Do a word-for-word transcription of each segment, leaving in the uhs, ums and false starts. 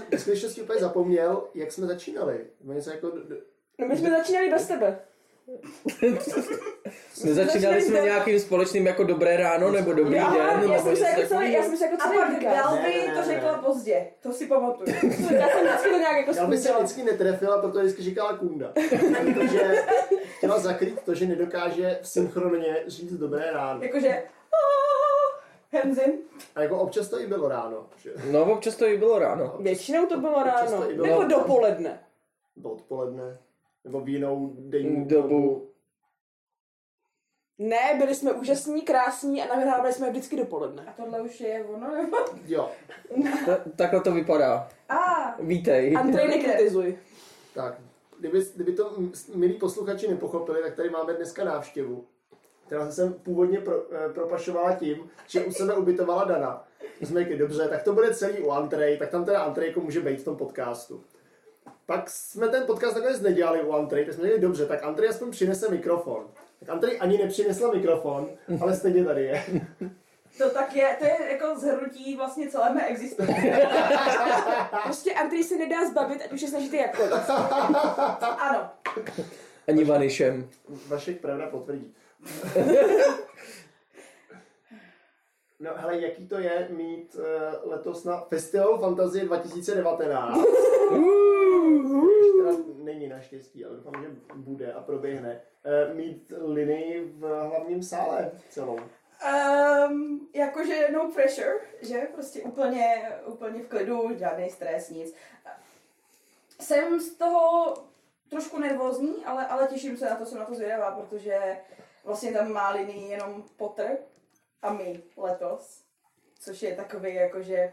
ve skutečnosti úplně zapomněl, jak jsme začínali. Něco jako... No my jsme začínali bez tebe. Nezačínali jsme nějakým společným jako dobré ráno nebo dobrý já, den. Já jsem se jako celý, já jsem se jako celý a pak Galby to řekla pozdě, to si pamatuju. Já jsem vždycky to nějak jako Já bych se vždycky netrefila, protože vždycky říkala Kunda. Protože chtěla zakrýt to, že nedokáže synchronně říct dobré ráno. Jakože Henzin. A jako občas to i bylo ráno. Že? No občas to i bylo ráno. Většinou to bylo ráno, to bylo... nebo dopoledne. Bylo odpoledne. Nebo v jinou denní dobu. Ne, byli jsme úžasní, krásní a nahrávali jsme vždycky dopoledne. A tohle už je ono, nebo? Jo. Ta, takhle to vypadá. A. Vítej. Andrej, nekritizuj. Tak, kdyby, kdyby to milí posluchači nepochopili, tak tady máme dneska návštěvu, která jsem původně pro, eh, propašovala tím, že u sebe ubytovala Dana. My jsme řekli, dobře, tak to bude celý u Andrej, tak tam teda Andrejko může být v tom podcastu. Pak jsme ten podcast nakonec nedělali u Andrej, tak jsme řekli, dobře, tak Andrej aspoň přinese mikrofon. Tak Andrej ani nepřinesla mikrofon, ale stejně tady je. To tak je, to je jako zhrnutí vlastně celé mé existence. Prostě Andrej se nedá zbavit, ať už se snažíte jakkoliv. Ano. Ani Vanišem. Vašek pravda potvrdí. No hele, jaký to je mít uh, letos na Festivalu Fantazie dva tisíce devatenáct? Teda není naštěstí, ale doufám, že bude a proběhne. Uh, mít linii v hlavním sále celou. Um, jakože no pressure, že? Prostě úplně, úplně v klidu, žádný stres, nic. Jsem z toho trošku nervózní, ale, ale těším se na to, jsem na to zvědavá, protože vlastně tam má linii jenom Potter a my letos, což je takový jakože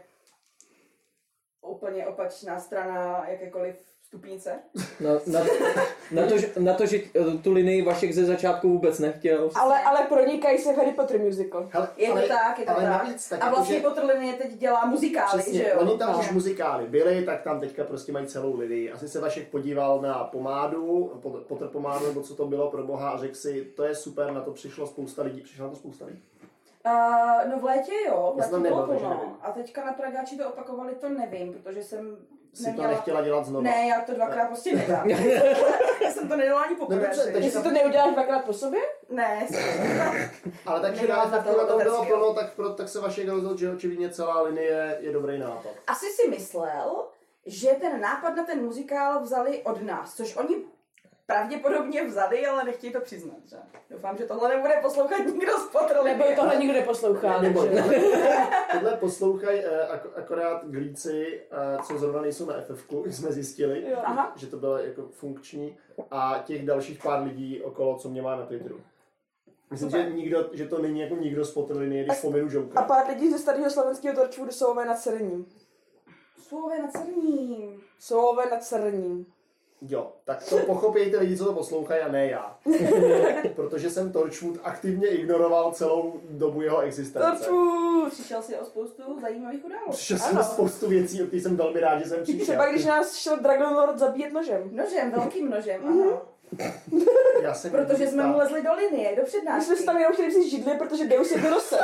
úplně opačná strana jakékoliv stupnice. Na, na, na, to, že, na to, že tu linii Vašek ze začátku vůbec nechtěl. Ale, ale pronikají se v Harry Potter musical. Hele, Je ale, to tak, je to ale tak. Navíc, tak a vlastně jako, Potter linie teď dělá muzikály, přesně, že jo? oni tam no. už muzikály byly, tak tam teďka prostě mají celou linii. Asi se Vašek podíval na pomádu, Potter pomádu, nebo co to bylo pro boha a řekl si, to je super, na to přišlo spousta lidí. Přišla na to spousta lidí? Uh, no v létě jo, v Já létě jsem bylo nebyl, takže plno. nevím. A teďka na Pragáči to opakovali, to nevím, protože jsem Jsi neměla... to nechtěla dělat znovu. Ne, já to dvakrát prostě nedám. Já jsem to nedělala ani poprvé. No dobře, takže Jestli to neuděláš dvakrát po sobě? Ne, Ale takže Nedělám na na to to, na to bylo loteckého. plno, tak, pro, tak se Vašek rozhodl, že očividně celá linie je dobrý nápad. Asi si myslel, že ten nápad na ten muzikál vzali od nás, což oni pravděpodobně vzali, ale nechtějí to přiznat, že? Doufám, že tohle nebude poslouchat nikdo z Potter. Nebo tohle nikdo neposlouchá. Nebo, takže- tohle poslouchají eh, ak- akorát glíci, eh, co zrovna nejsou na F F ku, jsme zjistili, Jo. Aha. že to bylo jako funkční, a těch dalších pár lidí okolo, co mě má na Twitteru. Myslím, že, nikdo, že to není jako nikdo z Potter linie, když vzpomenu A Jokera. pár lidí ze starého slovenského Torchwoodu jsou nad Cerním. Slové na Cerním. Jsou nad Cerním. Jo, tak to pochopí ty lidi, co to poslouchají, a ne já. Protože jsem Torchwood aktivně ignoroval celou dobu jeho existence. Torchwood! Přišel si o spoustu zajímavých událostí. Přišel jsem Ano. spoustu věcí, o kterých jsem velmi rád, že jsem přišel. Třeba když nás šel Dragonlord zabíjet nožem. Nožem, velkým nožem, ano. Já jsem Protože jsme mu tam- lezli do linie, do My jsme přednášky. si tam jenom chtěli vzít židli, protože Deus je vyrostl.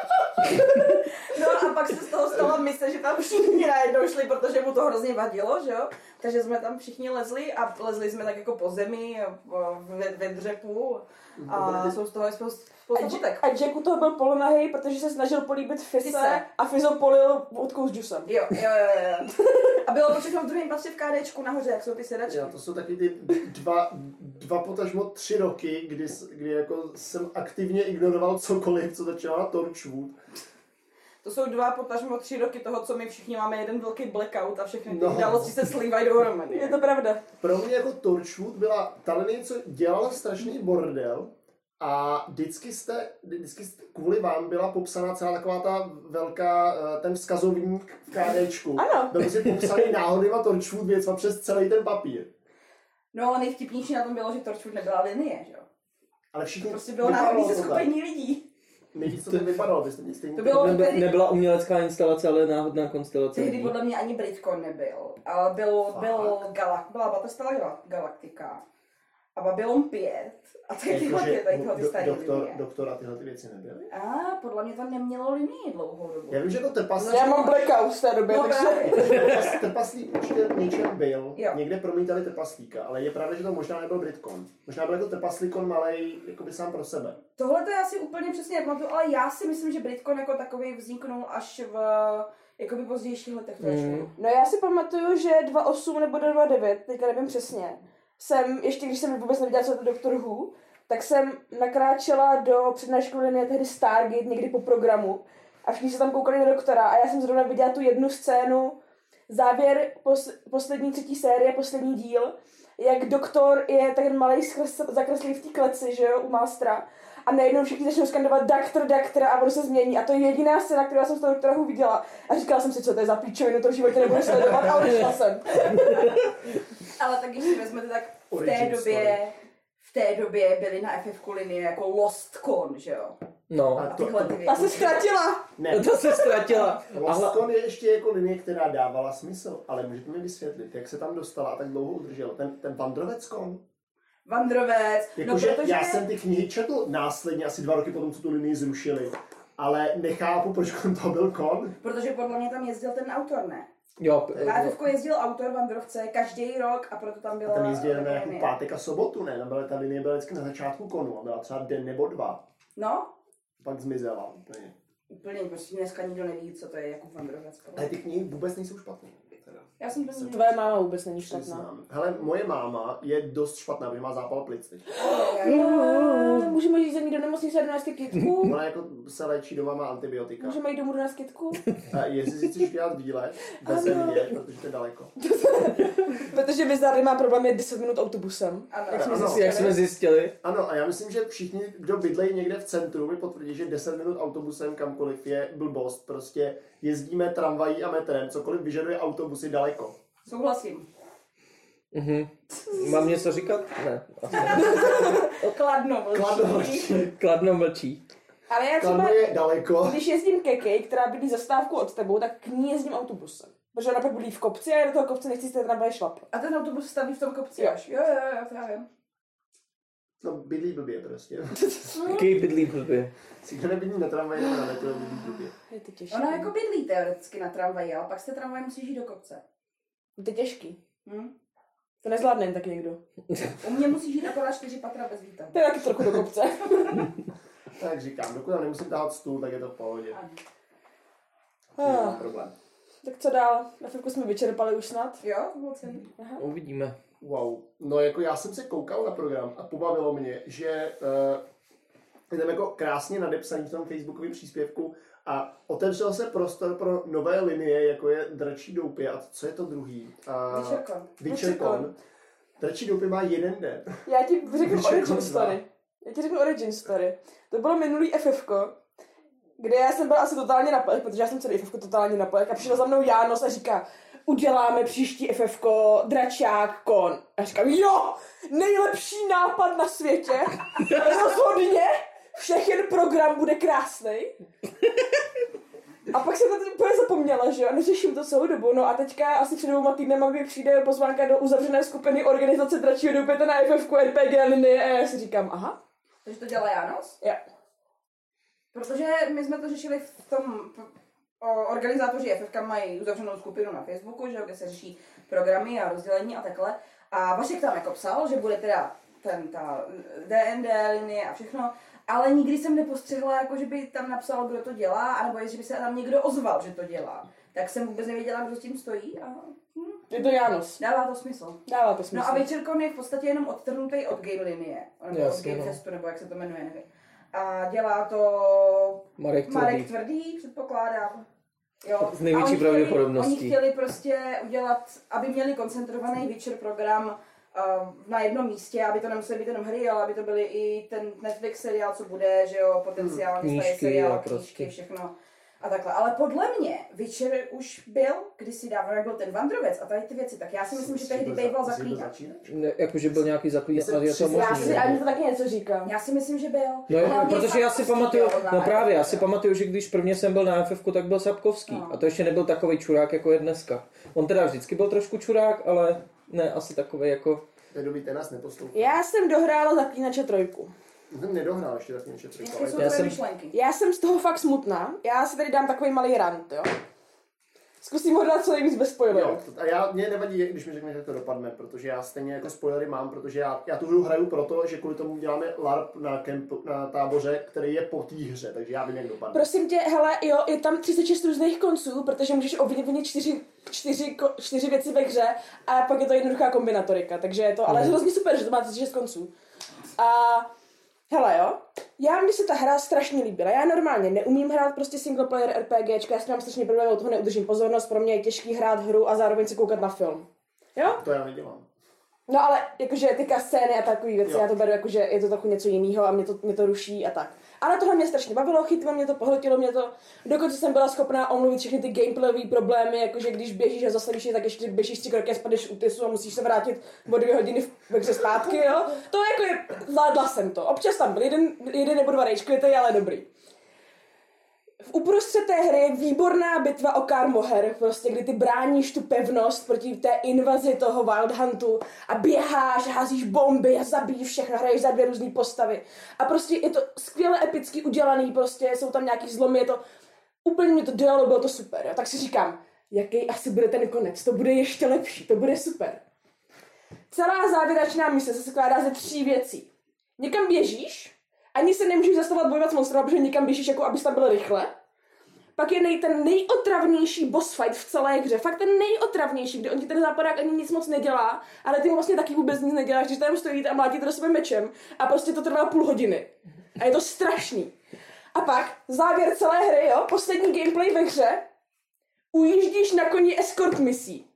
No a pak se z toho stala mise, že tam všichni najednou šli, protože mu to hrozně vadilo, že jo? Takže jsme tam všichni lezli a lezli jsme tak jako po zemi, ve, ve dřepu a jsou z toho spousta A, fotek. Jack, a Jack u toho byl polonahej, protože se snažil políbit Fise Fise. a Fizo polil vodkou s džusem. Jo, jo, jo, jo. A bylo to všechno v druhém patře v kádečku nahoře, jak jsou ty sedačky. Jo, to jsou taky ty dva, dva potažmo tři roky, kdy, s- kdy jako jsem aktivně ignoroval cokoliv, co začalo na Torchwood. To jsou dva potažmo tři roky toho, co my všichni máme jeden velký blackout a všechny ty No. události se slívají dohromady. Je to pravda. Pro mě jako Torchwood byla ta linie, co dělala strašný bordel, a vždycky jste, vždycky jste, kvůli vám byla popsaná celá taková ta velká, eh, ten vzkazovník v kádečku. Ano. Byl si popsaný náhodnýma Torchwood věcma přes celý ten papír. No ale nejvtipnější na tom bylo, že Torchwood nebyla linie, že jo? Ale všichni Prostě bylo vypadalo náhodný to tak. seskupení lidí. Nejvíc to tak vypadalo, vy jste nic stejně. To bylo Nebe, tehdy, nebyla umělecká instalace, ale náhodná konstelace. tehdy podle mě ani BlizzCon nebyl, ale byl, Fakt? byl Galak, byla Battlestar Galactica. a Babylon pět a tady tyhle, Jakože ty, tady tyhle ty do- staré doktor, linie. doktor a tyhle ty věci nebyly? A podle mě tam nemělo linii dlouhou dobu. Já vím, že to trpaslík... Já mám blackout z té doby, No takže... právě. Trpaslík určitě v něčem byl, Jo. někde promítali trpaslíka, ale je pravda, že to možná nebyl Britcon. Možná byl jako trpaslíkon malej, jakoby sám pro sebe. Tohle to já si úplně přesně nepamatuju, ale já si myslím, že Britcon jako takový vzniknul až v jakoby pozdějších letech. Mm. No já si pamatuju, že dva osm nebo dva devět, teďka nevím přesně, jsem, ještě když jsem vůbec neviděla, co je to Doctor Who, tak jsem nakráčela do přednášku linie tehdy Stargate někdy po programu a všichni se tam koukali na doktora a já jsem zrovna viděla tu jednu scénu, závěr pos, poslední třetí série, poslední díl, jak doktor je tak malej zakreslý v té kleci, že jo, u Mástra. A najednou všichni začnou skandovat doktor, doktor a ono se změní. A to je jediná scéna, kterou já jsem z toho doktora Who viděla. A říkala jsem si, co to je za píčovinu, to v životě nebudu sledovat a odešla jsem. Ale tak když si vezmete, tak v té Origin době, v té době byly na F F ku linie jako Lost Con, že jo? No, A A to, tyhle to, ty Ta věci. se ztratila. ne, to se ztratila. A hla- Lostcon je ještě jako linie, která dávala smysl, ale můžete mi vysvětlit, jak se tam dostala a tak dlouho udržela. Ten, ten Vandroveckon. Vandrovec. No Jakože protože... já jsem ty knihy četl následně, asi dva roky potom, co tu linii zrušili. Ale nechápu, proč to byl kon. Protože podle mě tam jezdil ten autor, ne? Jo, Na F F ku jezdil autor Vandrovce každý rok a proto tam byla... A tam jezdil na linie. jako pátek a sobotu, ne? Tam byla, ta linie byla vždycky na začátku konu a byla třeba den nebo dva. No, Pak zmizela úplně. úplně prostě dneska nikdo neví, co to je jako Vandrovec. Ale ty knihy vůbec nejsou špatné. Teda. Já jsem to Tvoje máma vůbec není špatná. Přiznám. Hele, moje máma je dost špatná, protože má zápal plic teď. No, můžeme jít za ní do nemocnice do nás kytku? Ona jako se léčí doma, má antibiotika. Můžeme jít domů do nás kytku? A jestli si chceš dělat výlet, bez mě, protože to je daleko. Protože Vizardy má problém jet deset minut autobusem. Ano. Jak jsme Ano. zjistili. jak jsme zjistili. Ano, a já myslím, že všichni, kdo bydlejí někde v centru, mi potvrdí, že deset minut autobusem kamkoliv je blbost. Prostě jezdíme tramvají a metrem, cokoliv vyžaduje autobusy daleko. Souhlasím. Mhm. Mám něco říkat? Ne. Asi. Kladno mlčí. Kladno mlčí. Kladno mlčí. Ale já třeba, Kladno je daleko. když jezdím ke Kej, která bydlí zastávku od tebou, tak k ní jezdím autobusem. Protože ona pak bydlí v kopci a já do toho kopce nechci z té tramvaje šlapat. A ten autobus staví v tom kopci Jo. až. Jo, jo, jo, to já vím. No, bydlí blbě prostě. Jaký bydlí blbě. Si kdo nebydlí na tramvaji nebo na metru, bydlí blbě. Je to těžký. Ona jako bydlí teoreticky na tramvaji, ale pak z té tramvaje musíš jít do kopce. To je těžký. Hm? To nezvládne jen tak někdo. U mě musíš jít akorát čtyři patra bez výtahu. To je taky trochu do kopce. Tak říkám, dokud já nemusím tahat stůl, tak je to v pohodě. Ano. Nemám Ah, problém. tak co dál? Na chvilku jsme vyčerpali už snad. Jo, to bylo celý. Aha. Uvidíme. Wow. No jako já jsem se koukal na program a pobavilo mě, že uh, je tam jako krásně nadepsaný v tom facebookovém příspěvku a otevřel se prostor pro nové linie, jako je Dračí doupě a co je to druhý? Uh, Vyčerkon. Vyčerkon. Dračí doupě má jeden den. Já ti řeknu Vyčerkon origin dva. story. Já ti řeknu origin story. To bylo minulý FFko, kde já jsem byla asi totálně na plech, protože já jsem celý FFko totálně na plech a přišel za mnou János a říká, uděláme příští FFko, dračák, kon. A já říkám, jo, nejlepší nápad na světě, rozhodně, všechen program bude krásnej. A pak jsem to úplně zapomněla, že jo, neřeším to celou dobu, no a teďka asi před dvouma týdnama mi přijde pozvánka do uzavřené skupiny organizace Dračího doupěte na FFku R P G linie a já si říkám, aha. Takže to dělá János? Jo. Protože my jsme to řešili v tom, o, organizátoři F F K mají uzavřenou skupinu na Facebooku, že, kde se řeší programy a rozdělení a takhle. A Vašek tam jako psal, že bude teda ten, ta D N D linie a všechno, ale nikdy jsem nepostřehla, jako, že by tam napsal, kdo to dělá, anebo jestli by se tam někdo ozval, že to dělá. Tak jsem vůbec nevěděla, kdo s tím stojí a hm, Je to János. dává to smysl. Dává to smysl. No a Vyčerkon je v podstatě jenom odtrhnutý od Game linie, nebo od Jasně, Game no. Festu, nebo jak se to jmenuje, nevím. A dělá to Marek Marek Tvrdý. Tvrdý, předpokládám. Jo. S největší A oni pravděpodobností. Chtěli, oni chtěli prostě udělat, aby měli koncentrovaný Witcher program uh, na jednom místě, aby to nemusely být jenom hry, ale aby to byly i ten Netflix seriál, co bude, že jo, potenciálně Knížky starý seriál, a knížky, prostě. všechno. A takhle. Ale podle mě Witcher už byl kdysi dávno, jak byl ten Vandrovec a tady ty věci, tak já si myslím, že tehdy býval zaklínač. Ne, jakože byl nějaký zaklínač, ale je to Já Já možný. si že? ani to taky něco říkám. Já si myslím, že byl. No, je, Hlavně protože já si Sapkovský pamatuju, byl na no právě, já si F F K. pamatuju, že když prvně jsem byl na F F ku, tak byl Sapkovský. No. A to ještě nebyl takový čurák, jako je dneska. On teda vždycky byl trošku čurák, ale ne asi takový jako té doby ten nás neposlouchal. Já jsem dohrála Zaklínače trojku. Jsem nedohrál ještě Zaklínače trojku. Jaké jsou Já tvoje jsem- myšlenky? Já jsem z toho fakt smutná. Já si tady dám takový malý rant, jo. Zkusím ho dát co nejvíc bez spoilerů. Jo, to- a já, mě nevadí, když mi řekneš, jak to dopadne, protože já stejně jako spoilery mám, protože já, já tu hru hraju proto, že kvůli tomu děláme LARP na, kempu, na táboře, který je po té hře, takže já vím, jak dopadne. Prosím tě, hele, jo, je tam třicet šest různých konců, protože můžeš ovlivnit čtyři, čtyři, ko- čtyři věci ve hře a pak je to jednoduchá kombinatorika, takže je to, ale je hrozně super, že to má třicet šest konců. A hele, jo, já mně se ta hra strašně líbila. Já normálně neumím hrát prostě single player RPGčka, já s tím mám strašně problém, od toho neudržím pozornost, pro mě je těžký hrát hru a zároveň se koukat na film. Jo? To já nedělám. No ale jakože ty scény a takové věci, Jo. já to beru jako, že je to trochu něco jiného a mě to, mě to ruší a tak. Ale tohle mě strašně bavilo, chytlo mě to, pohltilo mě to, dokonce jsem byla schopná omluvit všechny ty gameplayové problémy, jakože když běžíš a zastavíš je, tak ještě běžíš tři kroky a spadneš u tysu a musíš se vrátit o dvě hodiny v- ve hře zpátky, jo. To jako je, zvládla jsem to. Občas tam byl jeden, jeden nebo dva rage ale dobrý. V uprostřed té hry je výborná bitva o Kaer Moher, prostě, kdy ty bráníš tu pevnost proti té invazi toho Wild Huntu a běháš, házíš bomby a zabíjíš všechno, hraješ za dvě různé postavy. A prostě je to skvěle epicky udělaný, prostě jsou tam nějaký zlomy, je to úplně mě to dojalo, bylo to super. Jo? Tak si říkám, jaký asi bude ten konec, to bude ještě lepší, to bude super. Celá závěrečná mise se skládá ze tří věcí. Někam běžíš, ani se nemůžeš zastavovat bojovat s monstrem, protože někam běžíš, jako abys tam byl rychle. Pak je nej, ten nejotravnější boss fight v celé hře. Fakt ten nejotravnější, kde on ti ten západák ani nic moc nedělá, ale ty mu vlastně taky vůbec nic neděláš, když tam stojíte a mlátíte do sebe mečem a prostě to trvá půl hodiny. A je to strašný. A pak závěr celé hry, jo, poslední gameplay ve hře, ujíždíš na koni escort misí.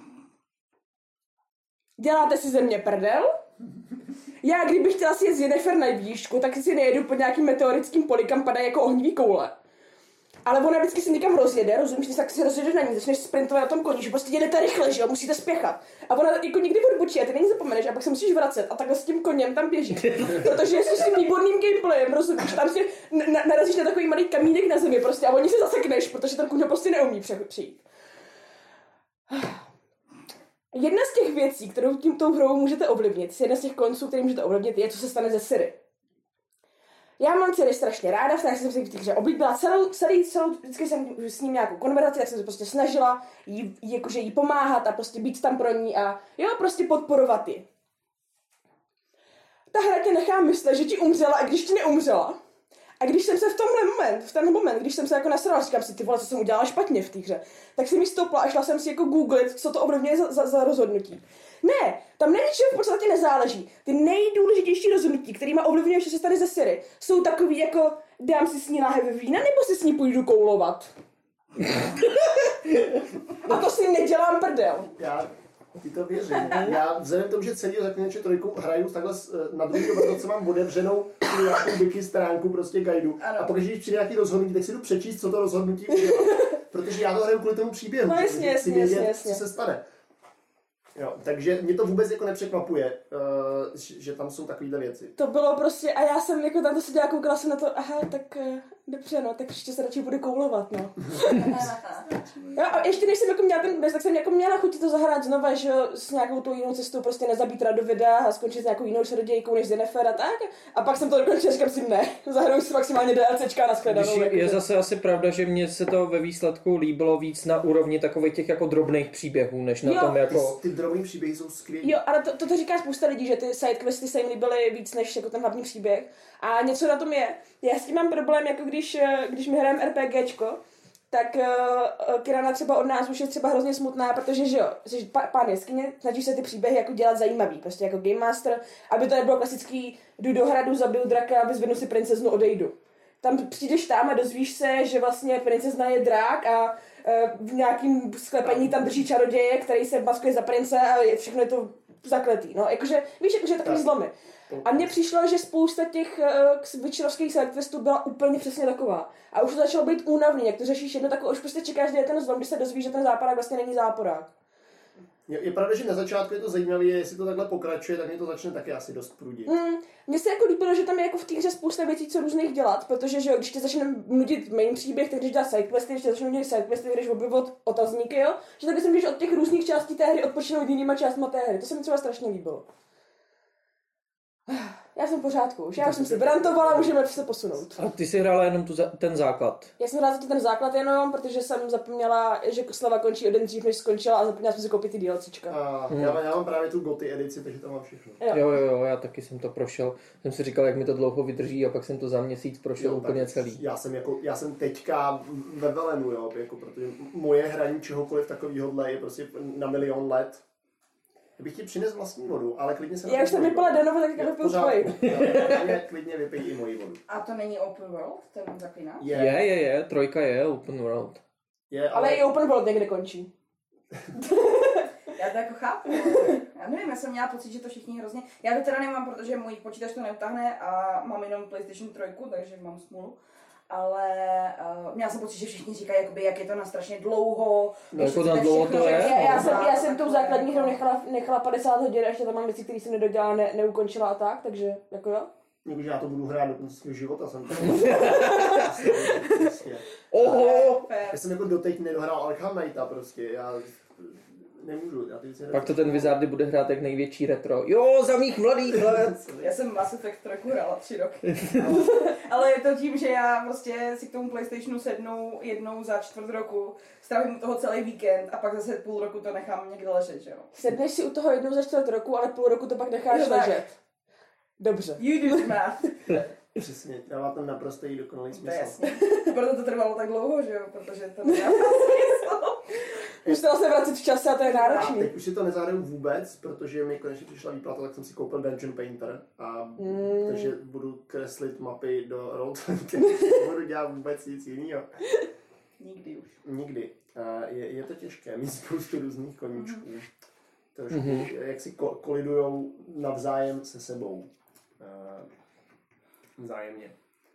Děláte si ze mě prdel? Já, kdybych chtěla si jet z Yennefer na výšku, tak si nejedu pod nějakým meteorickým poli, kam padají jako ohnivý koule. Ale ona vždycky se někam rozjede, rozumíš, tak se rozjedeš na ní, začneš sprintovat na tom koni, že prostě jedete rychle, že jo, musíte spěchat. A ona jako někdy odbočí a ty není zapomeneš a pak se musíš vracet a takhle s tím koněm tam běžíš. Protože jsi s tím výborným gameplayem, rozumíš, tam si na, narazíš na takový malý kamínek na zemi prostě a oni se zasekneš, protože ten kůň ho prostě neumí přijít. Jedna z těch věcí, kterou tím tou hrou můžete ovlivnit, jedna z těch konců, který můžete ovlivnit, je, co se stane ze Ciri. Já mám Ciri strašně ráda, tak jsem si v té hře oblíbila celou, celý, celou, vždycky jsem s ním nějakou konverzaci, tak jsem se prostě snažila jí, jí, jakože jí pomáhat a prostě být tam pro ní a jo, prostě podporovat ji. Ta hra tě nechá myslet, že ti umřela, a když ti neumřela. A když jsem se v tomhle moment, v ten moment, když jsem se jako nasrala, říkám si, ty vole, co jsem udělala špatně v té hře, tak jsem jí stoupla a šla jsem si jako googlit, co to ovlivňuje za, za, za rozhodnutí. Ne, tam na ničem v podstatě nezáleží. Ty nejdůležitější rozhodnutí, kterýma ovlivňuje, že se stane ze Ciri, jsou takový jako, dám si s ní láhev vína, nebo si s ní půjdu koulovat. A to si nedělám prdel. Já ti to věřím. Já vzhledem k tomu, že celý Zaklínače trojku hraju takhle s- na druhý obrazovce mám otevřenou tu nějakou wiki stránku prostě guidu. Ano. A pokud když přijde nějaký rozhodnutí, tak si jdu přečíst, co to rozhodnutí udělá. Protože já to hraju kvůli tomu příběhu. No jasně, protože jasně, chci vědět, jasně, jasně. co se stane. Jo, takže mě to vůbec jako nepřekvapuje, uh, že tam jsou takovéhle věci. To bylo prostě, a já jsem jako tam to seděla, koukala jsem na to, aha, tak uh, dobře, no, tak ještě se radši bude koulovat, no. Jo, a ještě než jsem jako měla ten bez, tak jsem jako měla chuť to zahrát znova, že jo, s nějakou tou jinou cestou, prostě nezabít Radovida a skončit s nějakou jinou čarodějkou než Yennefer a tak. A pak jsem to dokončila, říkám si ne, zahraju si maximálně DLCčka na shledanou. Když je, je jakože. zase asi pravda, že mně se to ve výsledku líbilo víc na úrovni takových těch jako drobných příběhů, než na Jo. tom Ty, jako... ty drobný příběhy jsou skvělý. Jo, ale to, to, to říká spousta lidí, že ty sidequesty se jim líbily víc než jako ten hlavní příběh. A něco na tom je. Já s tím mám problém, jako když, eh, když my hrajeme RPGčko, tak uh, Kirana třeba od nás už je třeba hrozně smutná, protože že jo, jsi pa, pán jeskyně, snaží se ty příběhy jako dělat zajímavý, prostě jako Game Master, aby to nebylo klasický, jdu do hradu, zabiju draka, vyzvednu si princeznu, odejdu. Tam přijdeš tam a dozvíš se, že vlastně princezna je drak a uh, v nějakým sklepení tam drží čaroděje, který se maskuje za prince a je, všechno je to zakletý. No, jakože, víš, jakože takový Tak. zlomy. A mně přišlo, že spousta těch uh, večerovských sidequestů byla úplně přesně taková. A už to začalo být únavný, jak to řešíš jedno takové, už prostě čekáš, kde je ten zlom, když se dozvíš, že ten záporák vlastně není záporák. Je, je pravda, že na začátku je to zajímavé, jestli to takhle pokračuje, tak mě to začne taky asi dost prudit. Mm, mně se jako líbilo, že tam je jako v té hře spousta věcí, co různých dělat, protože že jo, když tě začne nudit main příběh, tak když děláš sidequesty, když tě začne nudit sidequesty, když objevovat otazníky, jo, že taky si můžeš od těch různých částí té hry odpočinout jinýma částma té hry. To se mi třeba strašně líbilo. Já jsem v pořádku, už já už jsem si brantovala, můžeme se posunout. A ty si hrála jenom tu za, ten základ. Já jsem hrála ten základ jenom, protože jsem zapomněla, že slava končí o den dřív, než skončila a zapomněla jsem si koupit ty DLCčka. A Hmm. já, já mám právě tu Goty edici, takže tam mám všechno. Jo. Jo, jo, jo, já taky jsem to prošel. Jsem si říkal, jak mi to dlouho vydrží a pak jsem to za měsíc prošel Jo, úplně tak celý. Já jsem, jako, já jsem teďka ve velenu, jo, jako, protože moje hraní čehokoliv takovýhodle je prostě na milion let. Já bych ti přinesl vlastní vodu, ale klidně se Já už jsem vypala Danova, tak já vypiju svoji. Klidně, klidně vypij i moji vodu. A to není open world, ten zaklínáč? Je, je, je, trojka je open world. je Ale i Open World někde končí. Já to jako chápu. Já nevím, já jsem měla pocit, že to všichni hrozně... Já to teda nemám, protože můj počítač to neutáhne a mám jenom PlayStation tři, takže mám smůlu. Ale uh, měla jsem pocit, že všichni říkají, jakoby, jak je to na strašně dlouho. No, ještě jako na chcete dlouho všechno, to je. že- Já, já, jsem, já jsem tou základní hrou nechala, nechala padesát hodin, ještě tam mám věci, které jsem nedodělala, ne, neukončila a tak, takže jako jo. Jakože já to budu hrát do konce svého života, jsem to. Prostě. Oho! Fér. Já jsem jako doteď nedohrál Arkham Knighta prostě, já nemůžu. Já ty věci Pak to ten Wizardy bude hrát jak největší retro. Jo, za mých mladých let! Já jsem Mass Effect tři hrála tři roky. Ale je to tím, že já prostě si k tomu PlayStationu sednu jednou za čtvrt roku, strávím u toho celý víkend a pak zase půl roku to nechám někde ležet, že jo. Sedneš si u toho jednou za čtvrt roku, ale půl roku to pak necháš Jo, tak. ležet. Dobře. You do the math. Přesně, dává ten naprostý dokonalý To je smysl. jasně. Proto to trvalo tak dlouho, že jo, protože to nedává smysl. Musela se vracet v čase a to je A náročný. teď už si to nezahraju vůbec, protože mi konečně přišla výplata, tak jsem si koupil Dungeon Painter. A Mm. takže budu kreslit mapy do Roll dvacet. Nebudu dělat vůbec nic jiného. Nikdy už. Nikdy. A je, je to těžké mít spoustu různých koníčků. Trošku, Mhm. jak si ko- kolidujou navzájem se sebou. A vzájemně.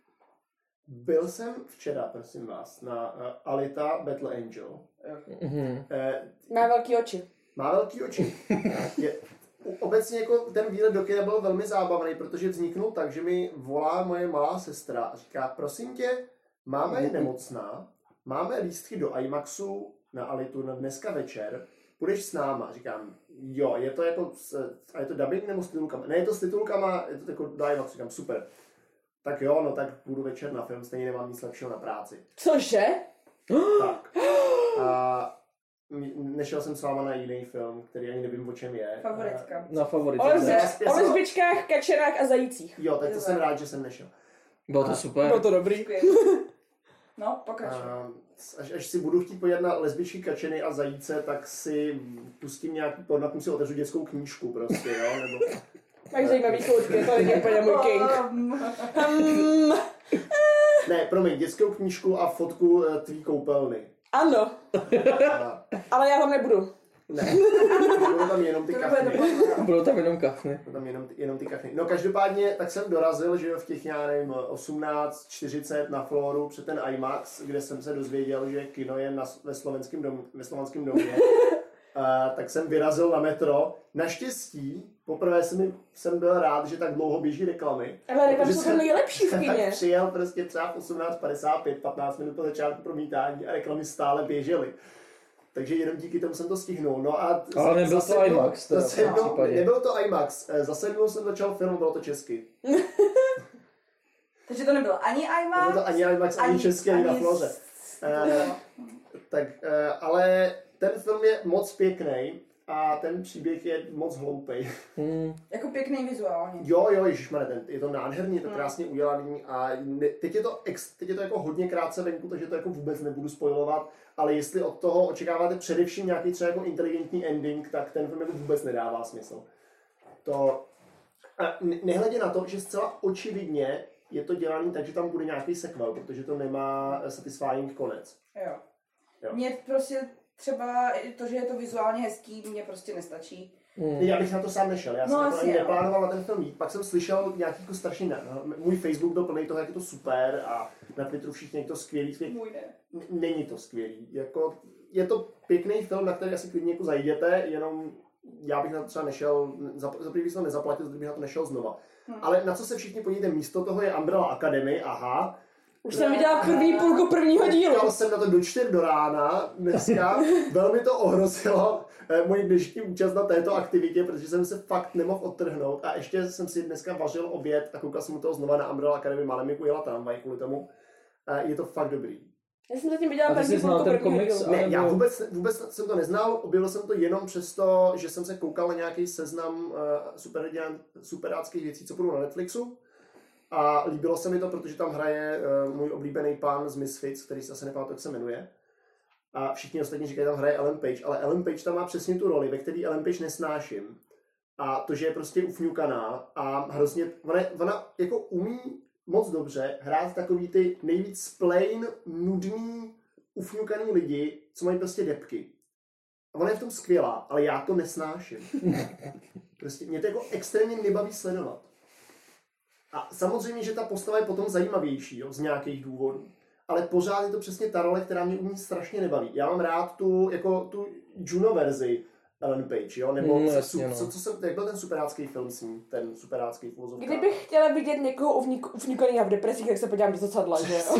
Byl jsem včera, prosím vás, na uh, Alita Battle Angel. Mhm. Eh, Má velký oči. Má velký oči. Je, obecně jako ten výlet do kina byl velmi zábavný, protože vzniknul tak, že mi volá moje malá sestra a říká, prosím tě, máma je nemocná, máme lístky do IMAXu na Alitu na dneska večer, půjdeš s náma. Říkám, jo, je to jako, s, a je to dubbing nebo s titulkama? Ne, je to s titulkama, je to jako do IMAXu. Říkám, super. Tak jo, no tak půjdu večer na film, stejně nemám nic lepšího na práci. Cože? Tak. A nešel jsem s váma na jiný film, který ani nevím, o čem je. Favoritka. Na O, favorit. lesbi- Já o jsem- lesbičkách, kačerách a zajících. Jo, tak to jsem rád, že jsem nešel. Bylo to super. Bylo to dobrý. Skvělý. No, pokračuj. A až, až si budu chtít podívat na lesbičky, kačeny a zajíce, tak si pustím nějaký porno, musím otevřu dětskou knížku prostě, jo, nebo... Máš zajímavý koutky, to je úplně můj king. Um, Hmm, Ne, promiň, dětskou knížku a fotku eh, tvý koupelny. ano, A, ale já tam nebudu. ne, budou tam jenom ty to nebude kachny. dopadnout. Budou tam jenom kachny. Budou tam jenom, ty- jenom ty kachny. No každopádně, tak jsem dorazil, že jo, v těch, já nevím, osmnáct čtyřicet na Floru před ten IMAX, kde jsem se dozvěděl, že kino je na, ve slovenském dom, ve slovenském domě. A, tak jsem vyrazil na metro. Naštěstí, poprvé jsem, jsem byl rád, že tak dlouho běží reklamy. Ale reklamy Protože jsou to jsem- nejlepší v Tak kině. přijel prostě třeba v osmnáct padesát pět, patnáct minut po začátku promítání a reklamy stále běžely. Takže jenom díky tomu jsem to stihnul. No a Ale nebyl to zasednul- IMAX teda v tom zasednul- případě. Nebyl to IMAX. Eh, Zasednul jsem začal film, bylo to česky. Takže to nebyl ani IMAX, Nebyl to ani IMAX, ani, česky, ani na Floře. s- Eh, tak, eh, ale ten film je moc pěkný a ten příběh je moc hloupej. Hmm. Jako pěkný vizuálně. Jo, jo, ježišmarja, ten, je to nádherný, je to Hmm. krásně udělaný a ne, teď, je to ex, teď je to jako hodně krátce venku, takže to jako vůbec nebudu spoilovat, ale jestli od toho očekáváte především nějaký třeba jako inteligentní ending, tak ten film jako vůbec nedává smysl. To, a ne- nehledě na to, že zcela očividně je to dělaný tak, že tam bude nějaký sequel, protože to nemá satisfying konec. Jo. Jo. Mně prostě třeba to, že je to vizuálně hezký, mně prostě nestačí. Hmm. Já bych na to sám nešel, já jsem No, jako asi ani jo. neplánoval na ten film jít, pak jsem slyšel nějaký jako strašný, no, můj Facebook byl plný toho, jak je to super a na Twitteru všichni, jak to skvělý, skvělý. Můj ne. N- Není to skvělý, jako, je to pěkný film, na který asi klidně jako zajděte, jenom já bych na to třeba nešel, za, za první bych to nezaplatil, za druhý bych na to nešel znova. Hmm. Ale na co se všichni podíváte místo toho je Umbrella Academy, aha, Už jsem viděla první půlku prvního dílu. Čekal jsem na to do čtyř do rána dneska. Velmi to ohrozilo eh, moji dnešní účast na této aktivitě, protože jsem se fakt nemohl odtrhnout. A ještě jsem si dneska vařil oběd a koukal jsem u toho znova na Umbrella Academy. Málem mi ujela tramvaj kvůli tomu. Eh, je to fakt dobrý. Já jsem zatím viděla A ty první jsi znal půlku ten prvního komiks? dílu. Ne, Nebo- já vůbec, vůbec jsem to neznal, objevil jsem to jenom přesto, že jsem se koukal na nějaký seznam uh, super, superáckých věcí, co budou na Netflixu. A líbilo se mi to, protože tam hraje uh, můj oblíbený pán z Misfits, který se asi nepamatuji, jak se jmenuje. A všichni ostatní říkají, tam hraje Ellen Page, ale Ellen Page tam má přesně tu roli, ve které Ellen Page nesnáším. A to, že je prostě ufňukaná a hrozně, ona, ona jako umí moc dobře hrát takový ty nejvíc plain, nudný, ufňukaný lidi, co mají prostě depky. A ona je v tom skvělá, ale já to nesnáším. Prostě mě to jako extrémně nebaví sledovat. A samozřejmě, že ta postava je potom zajímavější, jo, z nějakých důvodů. Ale pořád je to přesně ta role, která mě u ní strašně nebaví. Já mám rád tu, jako tu Juno verzi Ellen Page, jo, nebo Mm, co, jasně, no. co, co jsem, jak byl ten superácký film s ní, ten superácký v uvozovkách. Kdybych chtěla vidět někoho ufňukaného v depresích, tak se podívám do zrcadla, že jo?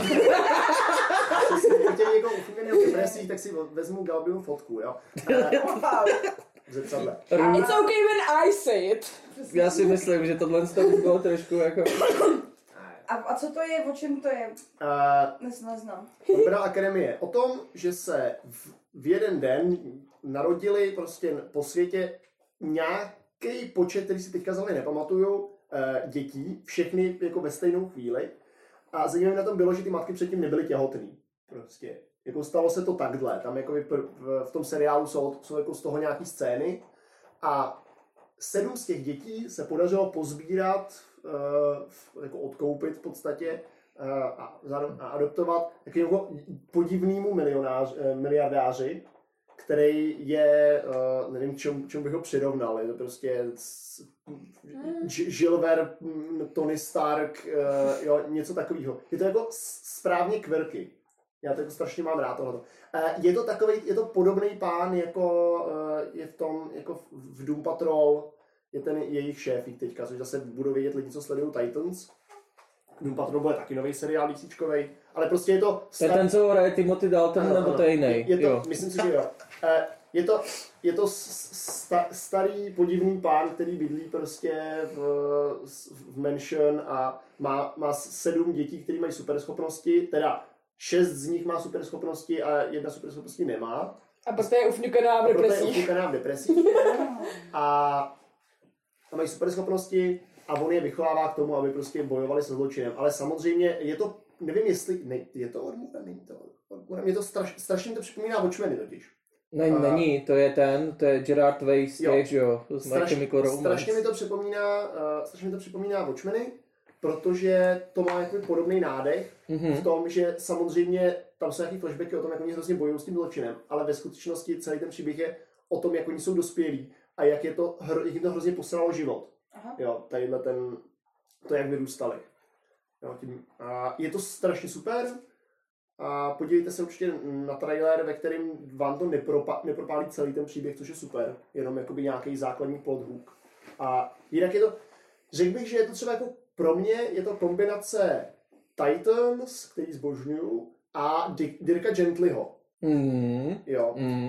Kdybych chtěl někoho ufňukaného v depresích, tak si vezmu Galbinu fotku, jo. Eh, Wow. v zrcadle. It's okay when I say it. Já si myslím, že tohle by bylo trošku jako... A, a co to je, o čem to je? Uh, Nes, neznám. Umbrella Academy je o tom, že se v, v jeden den narodili prostě po světě nějaký počet, který si teďka zrovna nepamatuju, uh, dětí, všechny jako ve stejnou chvíli. A zajímavé na tom bylo, že ty matky předtím nebyly těhotný. Prostě. Jako stalo se to takhle. Tam jako v, v tom seriálu jsou, jsou jako z toho nějaký scény. A sedm z těch dětí se podařilo pozbírat, uh, jako odkoupit v podstatě uh, a, a adoptovat takovému podivnému milionář, uh, miliardáři, který je, uh, nevím, čemu, čemu bych ho přirovnal, je to prostě Žil Verne, Tony Stark, uh, jo, něco takového. Je to jako správně quirky. Já to jako strašně mám rád tohleto. Uh, je to takový, je to podobný pán, jako uh, je v tom, jako v Doom Patrol, je ten jejich šéfík teďka, což zase budou vědět lidi, co sledují Titans. Doom Patrol bude taky nový seriál DCčkovej, ale prostě je to... To je Star... ten, co hraje Timothy Dalton, Ano, nebo ano. to je jiný? Je, je to, Jo. myslím si, že jo. Uh, je to, je to sta, starý podivný pán, který bydlí prostě v, v mansion a má, má sedm dětí, které mají superschopnosti, teda šest z nich má superschopnosti a jedna superschopnosti nemá. A proto je ufňukaná v A proto je depresích. ufňukaná v depresích. A, a mají superschopnosti a on je vychovává k tomu, aby prostě bojovali se zločinem. Ale samozřejmě je to, nevím jestli, ne, je to Ormura, není to Ormura, mě to straš, strašně to připomíná Watchmeny totiž. Ne, A- není, to je ten, to je Gerard Way z Jo. těch, že jo, z My Straš, Chemical Romance. strašně mi to připomíná, uh, strašně mi to připomíná Watchmeny, protože to má jako podobný nádech Mhm. v tom, že samozřejmě tam jsou nějaký flashbacky o tom, jak oni hrozně bojují s tím zločinem, ale ve skutečnosti celý ten příběh je o tom, jak oni jsou dospělí a jak, je to, hro- jak jim to hrozně posralo život. Aha. Jo, tadyhle ten, to, jak vyrůstali. Jo, tím, a je to strašně super. A podívejte se určitě na trailer, ve kterém vám to nepropa- nepropálí celý ten příběh, což je super. Jenom jakoby nějaký základní plot hook. A jinak je to, řekl bych, že je to třeba jako pro mě, je to kombinace Titans, který zbožňuju, a Di- Dirka Gentlyho. Mhm. Jo. Mhm.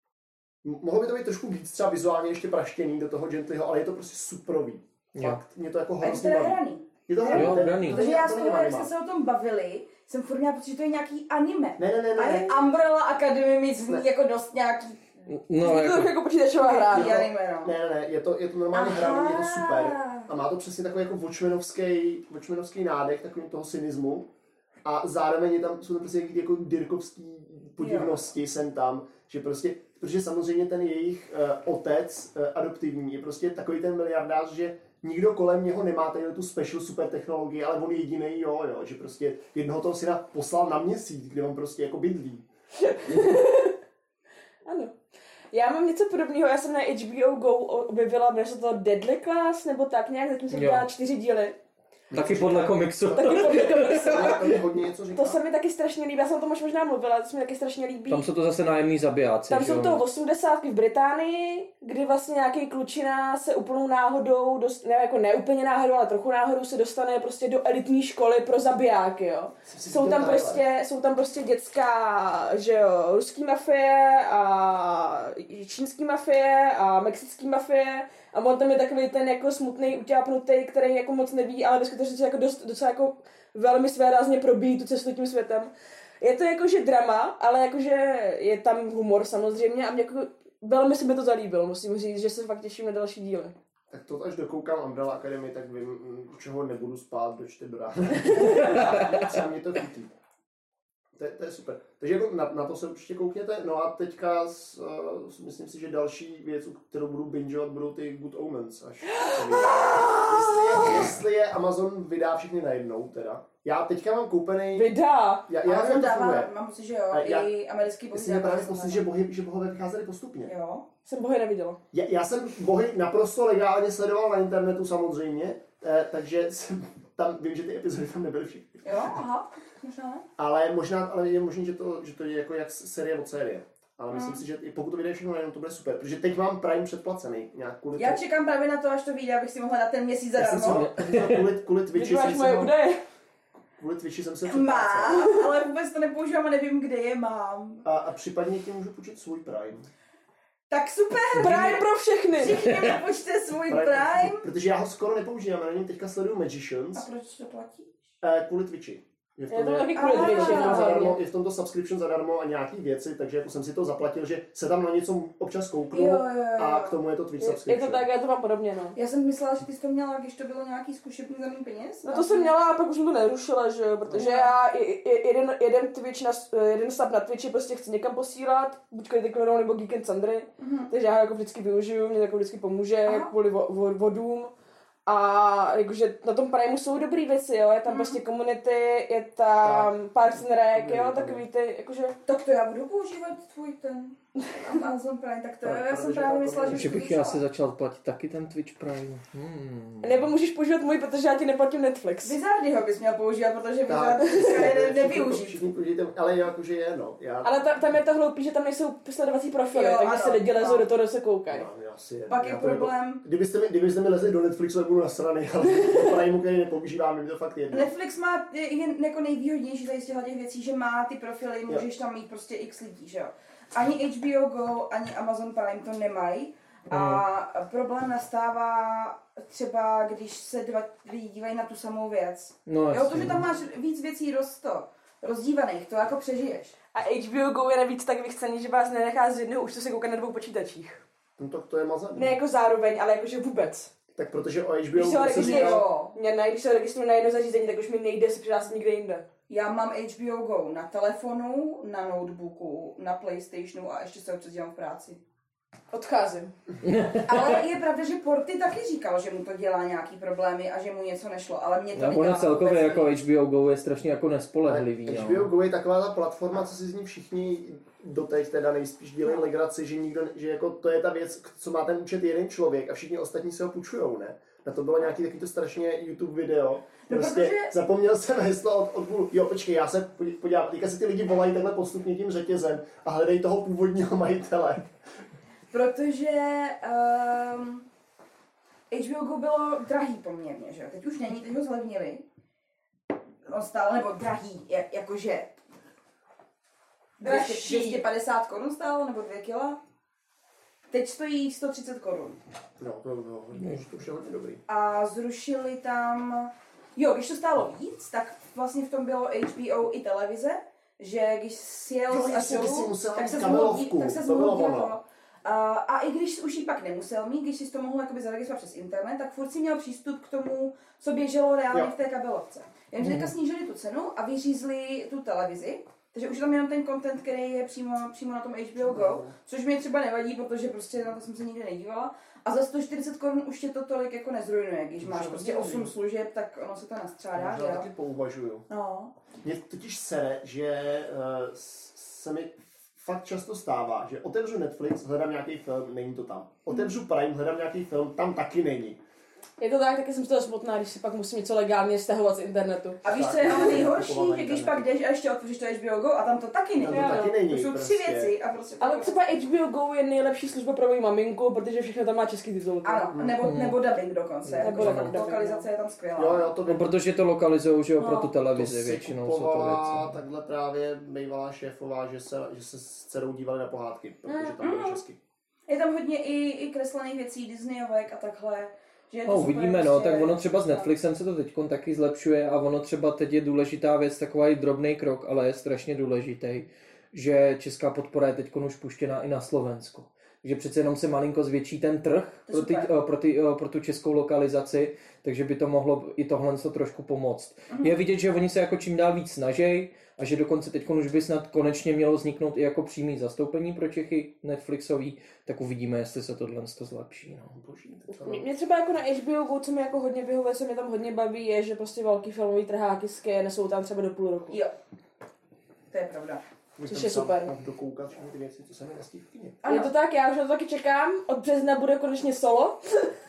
M- Mohlo by to být trošku víc třeba vizuálně ještě praštěný do toho Gentlyho, ale je to prostě superový. Jo. Fakt, mě to jako A je to hrozně teda baví. hraný. Je to hraný. Jo, to je- hraný. to Protože je- já to z není toho, jak anima. jste se o tom bavili, jsem furt měla pocit, že to je nějaký anime. Ne, ne, ne, ne. Ale ne. Umbrella Academy mi zní Ne. jako dost nějaký No, To jako, je jako počítačová hra. nějaký to- anime, no. Ne, ne, ne, je to, je to normálně Aha. hraný, je to super. A má to přesně takový jako watchmanovský, watchmanovský nádech, takový toho cynismu. A zároveň je tam, jsou tam prostě nějaký jako dirkovský podivnosti sem tam, že prostě, protože samozřejmě ten jejich uh, otec uh, adoptivní je prostě takový ten miliardář, že nikdo kolem něho nemá tady tu special super technologii, ale on jediný jo, jo, že prostě jednoho toho syna poslal na měsíc, kde on prostě jako bydlí. Ano. Já mám něco podobného, já jsem na H B O Go objevila, jmenuje se to Deadly Class, nebo tak nějak, zatím jsem Jo. dělala čtyři díly. Taky podle komiksu. Taky podle komiksu. To mi hodně něco říká. To se mi taky strašně líbí, já jsem o tom už možná mluvila, to se mi taky strašně líbí. Tam jsou to zase nájemní zabijáci. Tam že jsou jo? to osmdesátky v Británii, kdy vlastně nějaký klučina se úplnou náhodou, dost, ne jako neúplně náhodou, ale trochu náhodou se dostane prostě do elitní školy pro zabijáky, jo. Jsou tam, prostě, jsou tam prostě dětská, že jo, ruský mafie a čínský mafie a mexický mafie a on tam je takový ten jako smutný, utápnutý, který jako moc neví, ale ve skutečnosti jako dost, docela jako velmi svérázně probíjí tu cestu tím světem. Je to jakože drama, ale jakože je tam humor samozřejmě a mě jako velmi se mi to zalíbilo, musím říct, že se fakt těším na další díly. Tak to až dokoukám Umbrella Academy, tak vím, u čeho nebudu spát do čtyři do rána. Třeba mě to chytí. To je, to je super. Takže jako na, na to se určitě koukněte. No a teďka s, uh, myslím si, že další věc, kterou budu bingeovat, budou ty Good Omens. Až jestli, je, jestli je Amazon vydá všechny najednou teda. Já teďka mám koupený... Vydá! Já, já Amazon dává, mám pocit, že jo, já, i americký bohy. Já si právě pocit, že bohy, že bohové vycházely postupně. Jo. Jsem bohy neviděla. Já, já jsem bohy naprosto legálně sledoval na internetu samozřejmě, eh, takže jsem tam, vím, že ty epizody tam nebyly všechny. Jo, aha, možná ne. Ale možná, ale je možné, že to, že to je jako jak série od série. Ale myslím Hmm. si, že i pokud to vyjde všechno najednou, to bude super. Protože teď mám Prime předplacený. Nějak kvůli Já to- čekám právě na to, až to vyjde, abych si mohla dát ten měsíc Já jsem si zadarmo. ho- kvůli, kvůli Twitchi Když máš jsem moje se ho- údaje. kvůli Twitchi jsem se Má, předplácel. ale vůbec to nepoužívám a nevím, kde je mám. A, a případně ti můžu půjčit svůj Prime. Tak super, Prime pro všechny! všichni mi počte svůj Prime. Protože já ho skoro nepoužívám, já na něm teďka sleduju A Magicians. proč to platí? Eh, kvůli Twitchi. Je v Je to je- taky kvůli Ah. Twitchi, je v tom no, zadarmo, hlavně. je v tomto subscription zadarmo a nějaký věci, takže jako jsem si to zaplatil, že se tam na něco občas kouknu Jo, jo, jo. a k tomu je to Twitch Je, je subscription. to tak, já to mám podobně, no. Já jsem myslela, že ty jsi to měla, když to bylo nějaký zkušební za mý peněz. No to jsem měla a pak už jsem to nerušila, že jo, protože já i- i- jeden, jeden Twitch na, jeden sub na Twitchi prostě chci někam posílat, buď Critical Role nebo Geek and Sundry, Mhm. takže já ho jako vždycky využiju, mě to jako vždycky pomůže Aha. kvůli vo, vo, vodům. A jakože na tom Primeu jsou dobrý věci, jo, je tam Mhm. prostě community, je tam Parks and Rec, Dobrý, jo, dobrý. takový ty, jakože... Tak to já budu používat tvůj ten Amazon Prime, tak to Tak, já jsem protože právě to- myslela, že Že už bych to já vyšlo. se začal platit taky ten Twitch Prime. Hmm. Nebo můžeš používat můj, protože já ti neplatím Netflix. Wizardyho bys měl používat, protože Tak, Wizard dneska je ne- všichni- nevyužít. všichni použijte, ale jakože je, no. Já, Ale ta, tam je to hloupý, že tam nejsou sledovací profily, Jo, takže ano, se lidi lezou no. do toho, do se koukají. no, já si je, Pak je já to jako- problém. Kdybyste mi, kdybyste mi lezli do Netflixu, tak budu nasraný, ale do Primeu, který nepoužívám, mi to fakt jedno. Netflix má je, je jako nejvýhodnější tady z těchto těch věcí, že má ty profily, můžeš tam mít prostě x lidí, že jo. Ani H B O Go, ani Amazon Prime to nemají. A problém nastává třeba, když se dva lidi dívají na tu samou věc. No Jo, to, jasně. že tam máš víc věcí roz to, rozdívaných, to jako přežiješ. A H B O Go je navíc tak vychcený, že vás nenechá z jednoho účtu se koukat na dvou počítačích. No to, to je mazaný. Ne jako zároveň, ale jakože vůbec. Tak protože o H B Když se ho O se registruju, říká, Jo. mě ne, když se ho registruju na jedno zařízení, tak už mi nejde se přihlásit nikde jinde. Já mám H B O Go na telefonu, na notebooku, na PlayStationu a ještě se občas dělám v práci. Odcházím. Ale je pravda, že Porty taky říkal, že mu to dělá nějaký problémy a že mu něco nešlo, ale mě to No, ono nedělá celkově vůbec jako nic. H B O Go je strašně jako nespolehlivý. H B O No. Go je taková ta platforma, co si z ní všichni doteď teda nejspíš dělají legraci, že nikdo, že jako to je ta věc, co má ten účet jeden člověk a všichni ostatní si ho půjčujou, ne? Na to bylo nějaký takový to strašně YouTube video. Prostě No, protože- zapomněl jsem heslo od, od půl. Jo, počkej, já se podí- podívám. Teďka si ty lidi volají takhle postupně tím řetězem a hledají toho původního majitele. Protože um, H B O Go bylo drahý poměrně, že jo? Teď už není, teď ho zlevnili. On stál, nebo drahý, jak, jakože Dražší. dvě stě padesát korun stál, nebo dvě kila. Teď stojí sto třicet korun. No, to, to, hodně, to už je hodně dobrý. A zrušili tam, jo, když to stálo víc, tak vlastně v tom bylo H B O i televize, že když si jel Jo, z jasně, ty Apple, jsi musela tak mít se kamelovku, tak se to bylo zmluvilo. ono. A, a i když už ji pak nemusel mít, když si to mohl jakoby zaregistrovat přes internet, tak furt si měl přístup k tomu, co běželo reálně Jo. v té kabelovce. Jenže teďka snížili tu cenu a vyřízli tu televizi, takže už je tam jenom ten content, který je přímo, přímo na tom H B O Go, což mi třeba nevadí, protože prostě na to jsem se nikdy nedívala. A za sto čtyřicet korun už tě to tolik jako nezrujnuje, když máš Možná prostě taky osm nevím. služeb, tak ono se to nastřádá, že Možná jo? taky pouvažuju. No. Mě totiž sere, že uh, se mi fakt často stává, že otevřu Netflix, hledám nějaký film, není to tam. Otevřu Prime, hledám nějaký film, tam taky není. Je to tak, taky jsem z toho smutná, když si pak musím něco legálně stahovat z internetu. A víš, Tak, co je ale nejhorší, kupovala že když internetu. pak jdeš a ještě otevřeš to H B O Go a tam to taky Tam není. to Jo, taky jo. není. To jsou prostě. tři věci a prostě... Ale třeba H B O Go je nejlepší služba pro moji maminku, protože všechno tam má český titulky. Ano, nebo, nebo dubbing dokonce. Nebo Jako, dubbing, lokalizace je tam skvělá. Jo, jo, to No, protože to lokalizujou, že jo, pro No, tu To televizi si většinou jsou to kupovala věci. takhle právě bývalá šéfová, že se, že se s dcerou dívali na pohádky, protože tam byly česky. Je tam hodně i, i kreslených věcí, Disneyovek a takhle. Že je to No, super uvidíme, no, prostě- tak ono třeba s Netflixem se to teď taky zlepšuje a ono třeba teď je důležitá věc, takový drobný krok, ale je strašně důležitý, že česká podpora je teď už puštěná i na Slovensku. Takže přece jenom se malinko zvětší ten trh To pro, ty, super. pro, ty, pro tu českou lokalizaci, takže by to mohlo i tohle to trošku pomoct. Mhm. Je vidět, že oni se jako čím dál víc snaží a že dokonce teď už by snad konečně mělo vzniknout i jako přímý zastoupení pro Čechy Netflixový, tak uvidíme, jestli se tohle to zlepší. No. Boží, tak to- Mě, mě třeba jako na H B O Go, co mi jako hodně vyhovuje, co mě tam hodně baví, je, že prostě velký filmový trháky z Ken jsou tam třeba do půl roku. Jo. To je pravda. Bych Což tam je sám super. mohl dokoukat všechny ty věci, co se mi nestihly v kyně. Je to tak, já už na to taky čekám. Od března bude konečně Solo.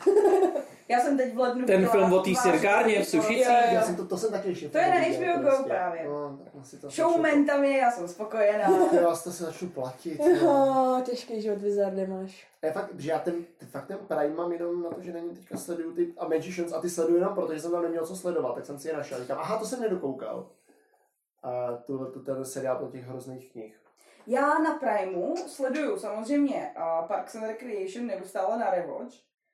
Já jsem teď v lednu... Ten viděla film o té dva- sirkárně v Sušicích? Jo, jo. Já jsem to, to jsem taky ještě To je na viděl, H B O Go prostě. právě. No, tak asi to Showman tam je, já jsem spokojená. Já vás to se začnu platit. No. Oh, těžký život Wizardy máš. A je fakt, že já ten, fakt ten Prime mám jenom na to, že na něm teďka sleduju ty a Magicians a ty sleduju jenom proto, že jsem tam neměl co sledovat, tak jsem si je našel. Říkám, aha, to jsem nedokoukal. A tuhle, tu, ten seriál o těch hrozných knih. Já na Primeu sleduju samozřejmě uh, Parks and Recreation neustále na rewatch.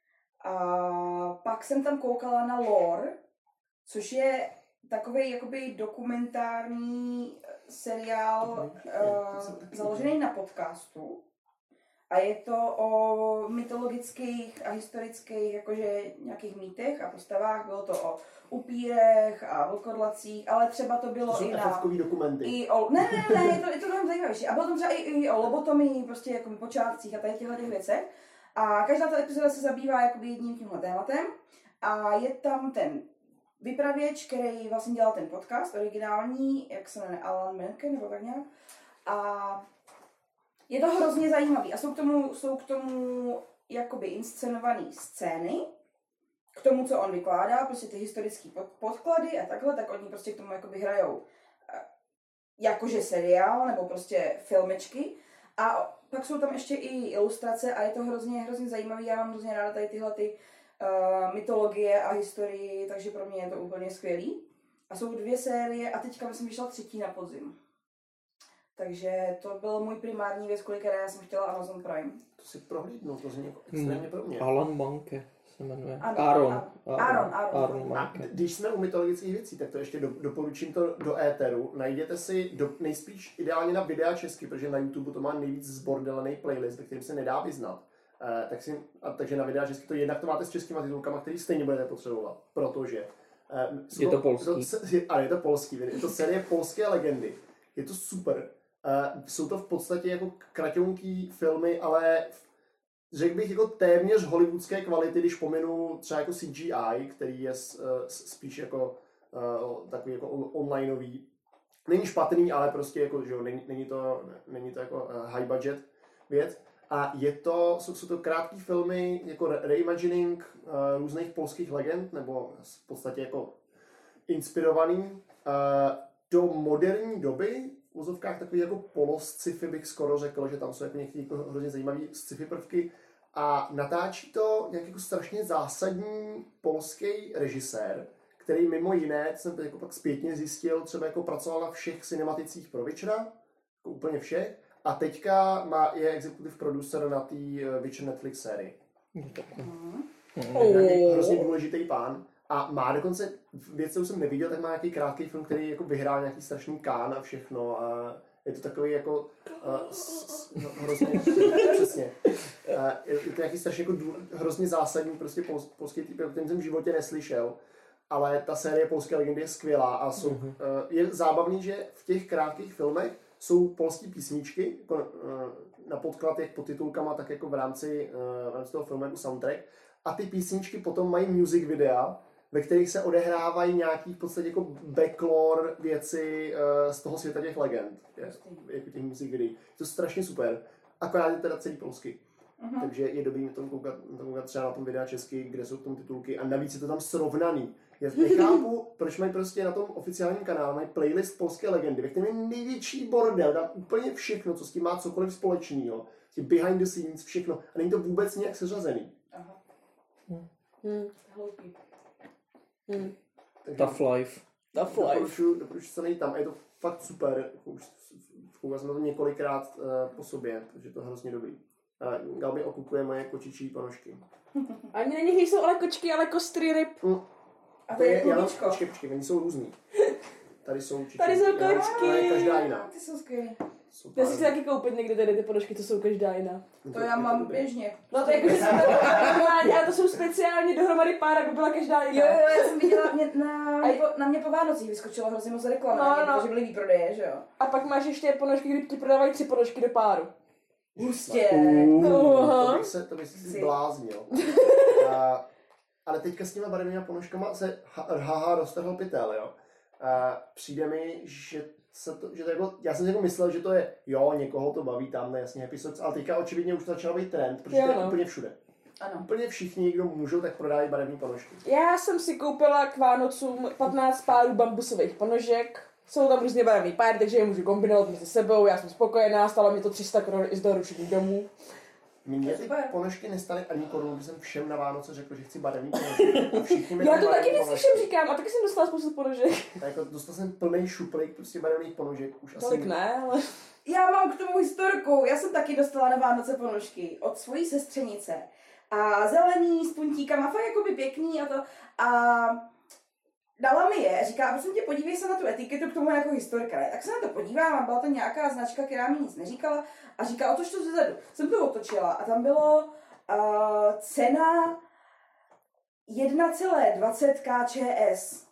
A pak jsem tam koukala na Lore, což je takový jakoby dokumentární seriál uh, založený na podcastu. A je to o mytologických a historických jakože nějakých mýtech a postavách. Bylo to o upírech a vlkodlacích, ale třeba to bylo To jsou i na... efektový dokumenty. I o, ne, ne, ne, je to, je to mnohem zajímavější. A bylo tam třeba i, i o lobotomii, prostě jako počátcích a tady těchto těch věcech. A každá ta epizoda se zabývá jakoby jedním tímhle tématem. A je tam ten vypravěč, který vlastně dělal ten podcast originální, jak se jmenuje, Alan Menken, nebo tak nějak. A je to hrozně zajímavý. A jsou k tomu, jsou k tomu jakoby inscenované scény, k tomu, co on vykládá, prostě ty historické pod, podklady a takhle, tak oni prostě k tomu jakoby hrajou eh, jakože seriál nebo prostě filmečky. A pak jsou tam ještě i ilustrace a je to hrozně, hrozně zajímavý. Já mám hrozně ráda tady tyhle ty uh, mytologie a historii, takže pro mě je to úplně skvělý. A jsou dvě série a teďka myslím vyšla třetí na podzim. Takže to byl můj primární věc, kvůli které já jsem chtěla Amazon Prime. To si prohlídnu, to zní jako extrémně pro mě. Alan Manke se jmenuje. Ano, Aaron. ano. Aaron, Aaron. Aaron A Manke. d- když jsme u mytologických věcí, tak to ještě do, doporučím to do éteru. Najděte si do, nejspíš ideálně na videa česky, protože na YouTube to má nejvíc zbordelený playlist, ve kterém se nedá vyznat. Eh, tak si, a, takže na videa česky to jednak to máte s českýma titulkama, který stejně budete potřebovat, protože... Eh, jsou Je to polský. To, se- ale je to polský, je to série polské legendy. Je to super. Eh, jsou to v podstatě jako kratonký filmy, ale řekl bych jako téměř hollywoodské kvality, když pominu třeba jako C G I, který je s, s, spíš jako uh, takový jako onlineový. Není špatný, ale prostě jako, že jo, není, není, to, není to jako uh, high budget věc. A je to, jsou, jsou to krátké filmy jako reimagining uh, různých polských legend, nebo v podstatě jako inspirovaný uh, do moderní doby, v úzovkách takový jako polos-sci-fi bych skoro řekl, že tam jsou jako některé jako hrozně zajímavé sci-fi prvky a natáčí to nějak jako strašně zásadní polský režisér, který mimo jiné, jsem jako pak zpětně zjistil, třeba jako pracoval na všech cinematicích pro Witchera, jako úplně všech, a teďka má, je executive producer na té Witcher Netflix sérii. Mhm. Nějaký hrozně důležitý pán. A má dokonce věc, kterou jsem neviděl, tak má nějaký krátký film, který jako vyhrál nějaký strašný Kán a všechno. A je to takový jako uh, s, s, no, hrozně, přesně. Uh, je, je to nějaký strašně jako dů, hrozně zásadní prostě pol, polský typ, o kterém jsem v životě neslyšel. Ale ta série Polské legendy je skvělá a jsou, uh, je zábavný, že v těch krátkých filmech jsou polské písničky, jako, uh, na podklad jak pod titulkama, tak jako v rámci, uh, v rámci toho filmu jako soundtrack. A ty písničky potom mají music videa, ve kterých se odehrávají nějaký v podstatě jako backlore věci uh, z toho světa těch legend, je, jako těch music videí. To je strašně super, akorát je teda celý polsky. Uh-huh. Takže je dobrý na tom koukat, na tom koukat třeba na tom videa česky, kde jsou k tomu titulky a navíc je to tam srovnaný. Já nechápu, proč mají prostě na tom oficiálním kanále mají playlist polské legendy, ve kterém je největší bordel, tam úplně všechno, co s tím má cokoliv společného, tím behind the scenes, všechno a není to vůbec nějak seřazený. Aha. Hmm. Hloupý. Hmm. Takže Tough life. Tough life. doporučuji, doporučuji se nejít tam a je to fakt super, už koukal jsem na to několikrát uh, po sobě, takže to je hrozně dobrý. Uh, Galby okupuje moje kočičí ponožky. Ani na nich nejsou ale kočky, ale kostry ryb. Mm. A to je já, klubičko. počkej, počkej, oni jsou různý. Tady jsou určitě. Tady jsou já- kočky. to je každá jiná. Ty jsou skvělé. Jsou Já si pár- chci taky koupit někde tady ty ponožky, to jsou každá jiná. To já mám běžně. No to jakože jsem to normálně, ale to jsou speciálně dohromady pár, aby byla každá Jo, jiná. jo, já jsem viděla, mě, na, mě po, na mě po Vánocích vyskočilo hrozně moc reklamy, No, no. protože byly výprodeje, že jo? A pak máš ještě ponožky, kdy ti prodávají tři ponožky do páru. Hustě. No, To aha. bych se, to bych si Chci. zbláznil. A, ale teďka s těma barevnýma ponožkama se ha- haha roztrhl pytel, jo. A přijde mi, že se to, že to jako, já jsem si jako myslel, že to je, jo, někoho to baví tam, ne, jasně Happy Socks, ale teďka očividně už to začal být trend, protože Jo, to je no. úplně všude. Ano. Úplně všichni, kdo můžou, tak prodávají barevné ponožky. Já jsem si koupila k Vánocům patnáct párů bambusových ponožek. Jsou tam různě barevný páry, takže je můžu kombinovat mezi sebou. Já jsem spokojená, stalo mi to tři sta korun i z doručení domů. Mně ty Super. ponožky nestaly ani korunu, když jsem všem na Vánoce řekl, že chci barevný ponožky. A všichni mi Já dali to taky barevný vždycky ponožky. všem říkám, a taky jsem dostala spoustu ponožek. A jako dostal jsem plný šuplík prostě barevných ponožek. Už Tolik asi ne, ale... Já mám k tomu historku. Já jsem taky dostala na Vánoce ponožky od svojí sestřenice. A zelený s puntíkama, fakt jakoby pěkný a to. A dala mi je, říká, prosím tě, podívej se na tu etiketu, k tomu jako historka, ne? Tak se na to podívám a byla to nějaká značka, která mi nic neříkala a říká, otoč to zezadu. Jsem to otočila a tam bylo uh, cena jedna celá dvacet K Č S.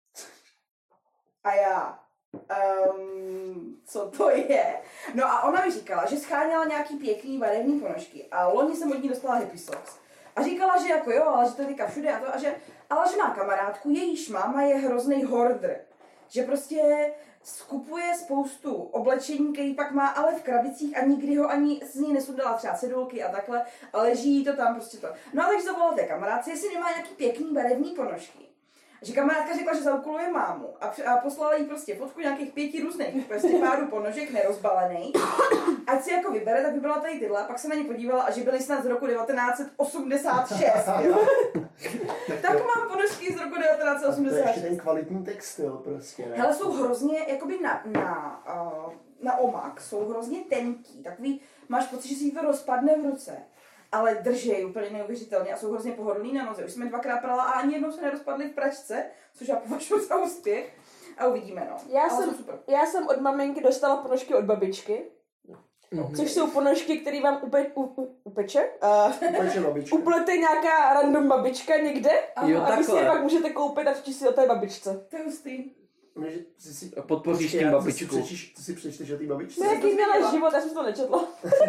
A já, um, co to je? No a ona mi říkala, že scháněla nějaký pěkný barevný ponožky a loni jsem od ní dostala Happy Socks. A říkala, že jako jo, ale že to je teďka všude a to a že, ale že má kamarádku, jejíž máma je hrozný hoarder. Že prostě skupuje spoustu oblečení, který pak má ale v krabicích a nikdy ho ani z ní nesundala třeba cedulky a takhle a leží jí to tam prostě to. No a takže zavolala té kamarádce, jestli nemá nějaký pěkný barevný ponožky. Že kamarádka řekla, že zaúkoluje mámu a, při- a poslala jí prostě fotku nějakých pěti různých prostě párů ponožek nerozbalených. Ať si jako vybere, tak vybrala tady tyhle, a pak se na ně podívala a že byly snad z roku devatenáct set osmdesát šest, jo. Tak mám ponožky z roku devatenáct set to je osmdesát ještě šest. ten kvalitní textil prostě, ne? Hele, jsou hrozně, jakoby na, na, uh, na omak, jsou hrozně tenký, takový, máš pocit, že si jí to rozpadne v ruce. Ale drží úplně neuvěřitelně a jsou hrozně pohodlný na noze. Už jsme dvakrát prala a ani jednou se nerozpadly v pračce, což já považuji za úspěch. A uvidíme, no. Já Ale jsem, jsou super. já jsem od maminky dostala ponožky od babičky, Mhm. což jsou ponožky, které vám upe, u, u, upeče. Uh, Upeče babička. uplete nějaká random babička někde Jo, a vy si je takhle. pak můžete koupit a přečíst si o té babičce. To je hustý. My, že jsi si, Podpoříš Počkej, tím já- babičku. Ty si, přečíš, ty si přečteš o té babičce? No, jaký měla život, já jsem to nečetla.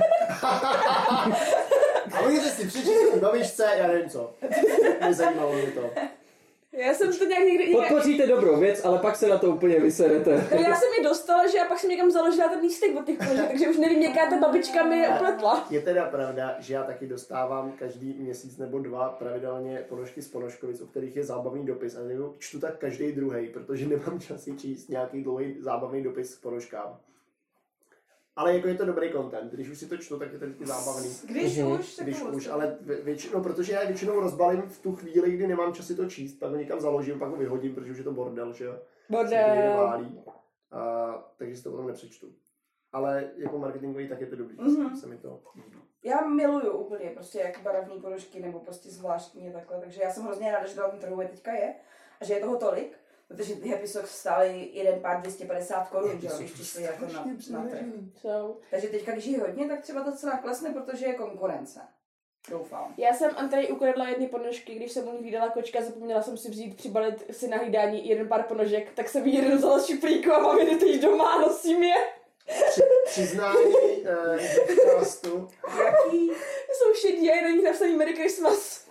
A oni si přečíš o té babičce, já nevím co. Nezajímalo mě to. Já jsem to nějak někdy... Nějak, Podpoříte dobrou věc, ale pak se na to úplně vyserete. já jsem ji dostala, že já pak jsem někam založila ten lístek od těch ponožek, takže už nevím, jaká ta babička mi je upletla. Je teda pravda, že já taky dostávám každý měsíc nebo dva pravidelně ponožky z Ponožkovic, o kterých je zábavný dopis. A nebo čtu tak každý druhý, protože nemám čas si číst nějaký dlouhý zábavný dopis k ponožkám. Ale jako je to dobrý content, když už si to čtu, tak je to vždycky zábavný. Když Mhm. už, tak Když to už, hustý. ale vě- většinou, protože já je většinou rozbalím v tu chvíli, kdy nemám čas si to číst, pak ho někam založím, pak ho vyhodím, protože už je to bordel, že jo. Se to někde Bordel. válí. A, takže si to potom nepřečtu. Ale jako marketingový, tak je to dobrý, Mhm. se mi to líbí. Já miluju úplně prostě jak barevný ponožky nebo prostě zvláštní takhle, takže já jsem hrozně ráda, že to na tom trhu je teďka je a že je toho tolik, protože ty Happy Socks stály jeden pár dvě stě padesát korun, že jo, když přišli jako na, na trh. So. Takže teďka, když je hodně, tak třeba ta cena klesne, protože je konkurence. Doufám. Já jsem Andrej ukradla jedny ponožky, když jsem u ní vydala kočka, zapomněla jsem si vzít, přibalit si na hlídání jeden pár ponožek, tak jsem ji jeden vzala z šuplíku a mám je teď doma a nosím je. Při, přiznání eh, podcastu. Jaký? Jsou šedí a je na nich napsaný Merry Christmas.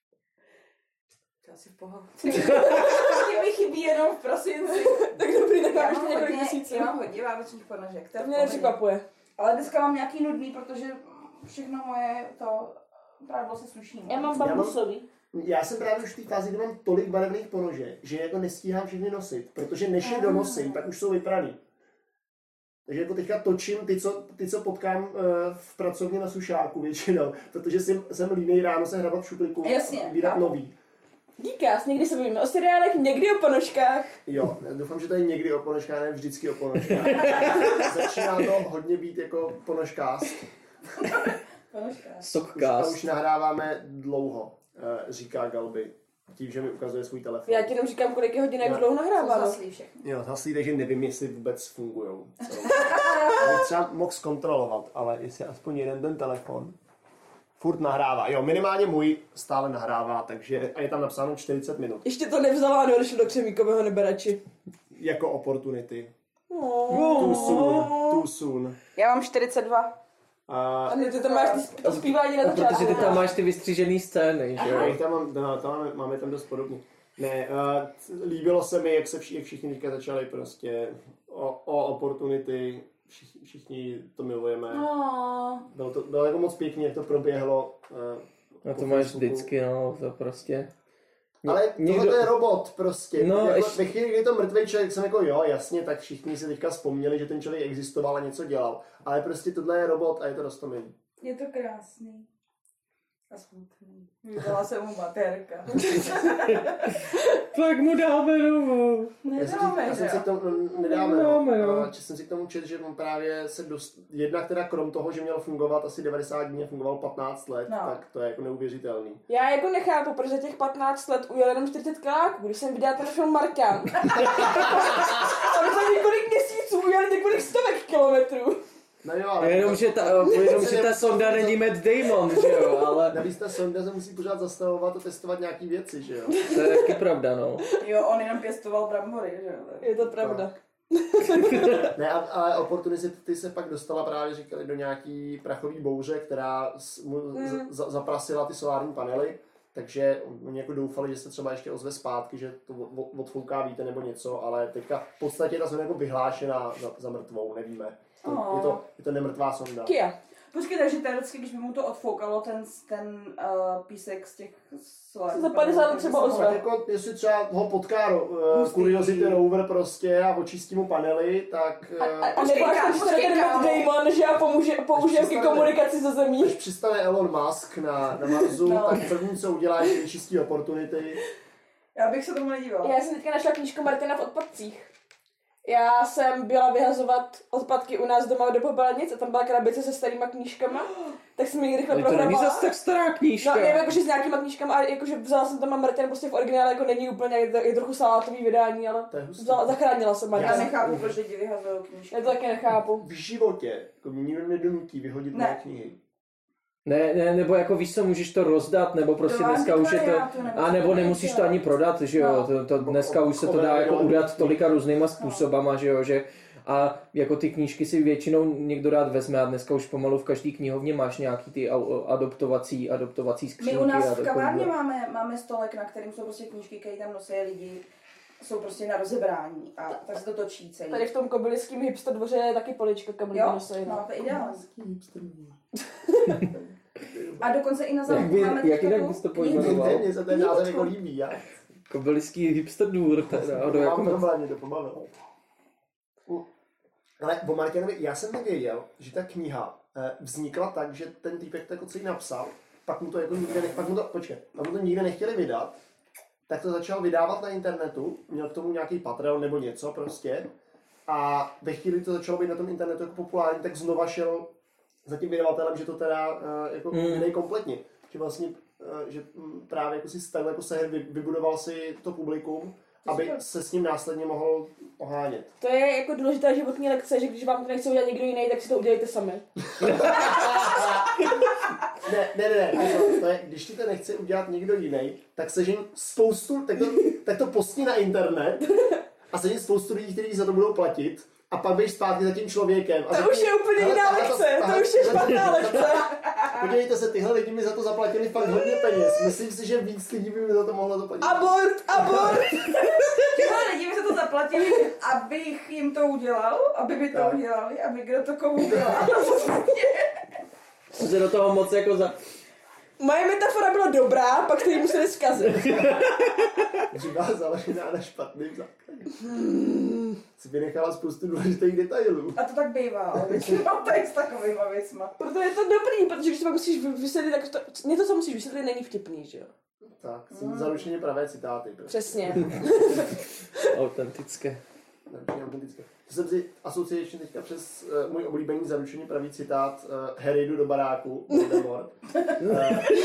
To asi v pohodě. Mě mi chybí jenom v prosinci. Tak dobrý, tak mám Já ještě mám několik hodně, měsíců. já mám hodně vánočních ponožek. To je v mě pohodě. nepřekvapuje. Ale dneska mám nějaký nudný, protože všechno moje to prádlo se suší. Já mám bambusový. Já jsem právě už v té fázi, kdy mám tolik barevných ponožek, že jako nestíhám všechny nosit, protože než je donosím, tak už jsou vypraný. Takže jako teďka točím ty, co, ty, co potkám uh, v pracovně na sušáku většinou, protože jsem, jsem línej ráno se hrabat v šuplíku Jasně, vydat chápu. nový. Díkas, někdy se bavíme o seriálech, někdy o ponožkách. Jo, doufám, že to je někdy o ponožkách, ne vždycky o ponožkách. Začíná to hodně být jako ponožkást. Ponožka. Už, a Sockcast. už nahráváme dlouho, uh, říká Galby. Tím, že mi ukazuje svůj telefon. Já ti jenom říkám, kolik je hodin, jak Já- dlouho Co nahráváme. zaslí všechno. Jo, zaslí, takže nevím, jestli vůbec fungujou. Já třeba mohl zkontrolovat, ale jestli aspoň jeden ten telefon furt nahrává. Jo, minimálně můj stále nahrává, takže a je tam napsáno čtyřicet minut. Ještě to nevzala a neodešli do Křemíkového neberači. Jako opportunity. Oh. Too soon, too soon. Já mám čtyřicet dva. A A ty to máš ty, to zpívání na začátku. Protože ty tam máš ty vystřížený scény, že já jo? jich tam mám, no, tam máme, máme tam dost podobně. Ne, uh, líbilo se mi, jak se vši, jak všichni teďka začali prostě o, o opportunity, všichni, všichni to milujeme. No. Bylo to bylo jako moc pěkně, jak to proběhlo. Uh, No to máš vždycky, no, to prostě... Ale Někdo- tohle je robot prostě. No, jako, ještě- ve chvíli, kdy je to mrtvý člověk, jsem jako jo, jasně, tak všichni si teďka vzpomněli, že ten člověk existoval a něco dělal. Ale prostě tohle je robot a je to roztomilý. Je to krásný. A smutný. Vydala jsem mu matérka. Tak mu dáme domů. Já jsem, si, Nedáme, já jsem že si jo? k tomu, no, nedáme, Nedáme, no. no. A četl jsem si k tomu čet, že on právě se dost, jednak teda krom toho, že měl fungovat asi devadesát dní, fungoval patnáct let, No. tak to je jako neuvěřitelný. Já jako nechápu, protože za těch patnáct let ujel jenom čtyřicet kiláků, když jsem viděla ten film Marťan. Tam za několik měsíců ujel několik stovek kilometrů. No jo, ale Jenom, že ta, jenom, že ta sonda není Matt Damon, že jo, ale navíc ta sonda se musí pořád zastavovat a testovat nějaký věci, že jo. to je taky pravda, no. Jo, on jenom pěstoval brambory, že jo. Je to pravda. Ne, a- ale Opportunity se pak dostala právě, říkali, do nějaký prachový bouře, která s- mu z- za- zaprasila ty solární panely, takže oni jako doufali, že se třeba ještě ozve zpátky, že to od- odfouká vítr nebo něco, ale teďka v podstatě ta sonda jako vyhlášená za, za mrtvou, nevíme. To, Oh. je, to, je to nemrtvá sonda. Kia. Počkej, takže teoreticky, když by mu to odfoukalo, ten, ten uh, písek z těch solárních Za padesát panelů, let třeba tak by se ozve. Tak jako, jestli třeba ho potká uh, Hustý. Curiosity rover prostě a očistí mu panely, tak A, uh, a, a Počkej, nebo až kámo, přistane počkej, ten Matt kámo. Damon, že já pomůže, použije ke přistane- komunikaci ze zemí. když přistane Elon Musk na, na Marsu, No. tak první, co udělá, je vyčistí Opportunity. Já bych se tomu nedívala. Já jsem teďka našla knížku Martina v odpadcích. Já jsem byla vyhazovat odpadky u nás doma do Pobelenic a tam byla krabice se starýma knížkama, tak jsem ji rychle Ale to není prohrabala. zase tak stará knížka. No, nevím, jakože s nějakýma knížkama, a jakože vzala jsem tam Martin prostě v originále, jako není úplně, je, to, je trochu salátový vydání, ale To je hustý. vzala, zachránila jsem Já Martina. nechápu, proč lidi vyhazují knížky. Já to taky nechápu. V životě jako mě nikdo nedonutí vyhodit Ne. moje knihy. Ne, ne, nebo jako víš co, můžeš to rozdat, nebo prostě Do dneska už je to, antikvariátu, nebo a nebo co nemusíš to dělat. ani prodat, že jo, No. to, to dneska už se to dá jako udat tolika různýma způsobama, že jo, že a jako ty knížky si většinou někdo rád vezme a dneska už pomalu v každý knihovně máš nějaký ty au- adoptovací, adoptovací skřínky. My u nás a v kavárně takovýhle. máme, máme stolek, na kterým jsou prostě knížky, které tam nosí lidi, jsou prostě na rozebrání a tak se to točí celý. Tady v tom kobyliském hipster dvoře je taky polička, kam lidi Jo, nosí. no No. to je ideální. A dokonce i na Jak, zámku by, máme jak teďka jinak tu bys to knihu. pojmenoval? Mně se ten název jako líbí, já. Kobyliský hipster dvůr, teda, no, jako Mám moc. problém, mě to pobavilo. Ale o Martinovi, já jsem nevěděl, že ta kniha eh, vznikla tak, že ten týpek to jako celý napsal, pak mu to jako nikde, nech, pak mu to, počkej, pak mu to nikde nechtěli vydat, tak to začal vydávat na internetu, měl k tomu nějaký Patreon nebo něco prostě, a ve chvíli to začalo být na tom internetu jako populární, tak znova šel za tím vydavatelem, že to teda uh, jako Mm. vydej kompletně. Že vlastně, uh, že mm, právě jako si takhle jako sehr vy- vybudoval si to publikum, aby super. se s ním následně mohl ohánět. To je jako důležitá životní lekce, že když vám to nechce udělat někdo jiný, tak si to udělejte sami. Ne, ne, ne, ne, to, to je, když ti to nechce udělat někdo jiný, tak sežeň spoustu, tak to, tak to postí na internet a sežeň spoustu lidí, kteří za to budou platit a pak běž zpátky za tím člověkem. A To řekni, už je úplně "Hele, jiná tahle ta- lekce, tahle- to už je tahle- špatná lekce. Podívejte se, tyhle lidi mi za to zaplatili fakt hodně peněz. Myslím si, že víc lidí by mi za to mohlo zaplatit. Abort, abort! Tyhle lidi by se to zaplatili, abych jim to udělal, aby by to Tak. udělali, aby kdo to komu udělal. se do toho moc jako za... Moje metafora byla dobrá, pak to jí museli zkazit. Živá založená na špatným základě. Jsi vynechala spoustu důležitých detailů. A to tak bývá, ale většinou tady s takovýma věcma. Proto je to dobrý, protože když to pak musíš vysvětlit, tak to, něco, co musíš vysvětlit, není vtipný, že jo? Tak, jsou zaručeně pravé citáty. Prostě. Přesně. Autentické. Zaručeně autentické. To jsem si asociačně teďka přes uh, můj oblíbený zaručeně pravý citát uh, Harry, jdu do baráku, Voldemort. uh,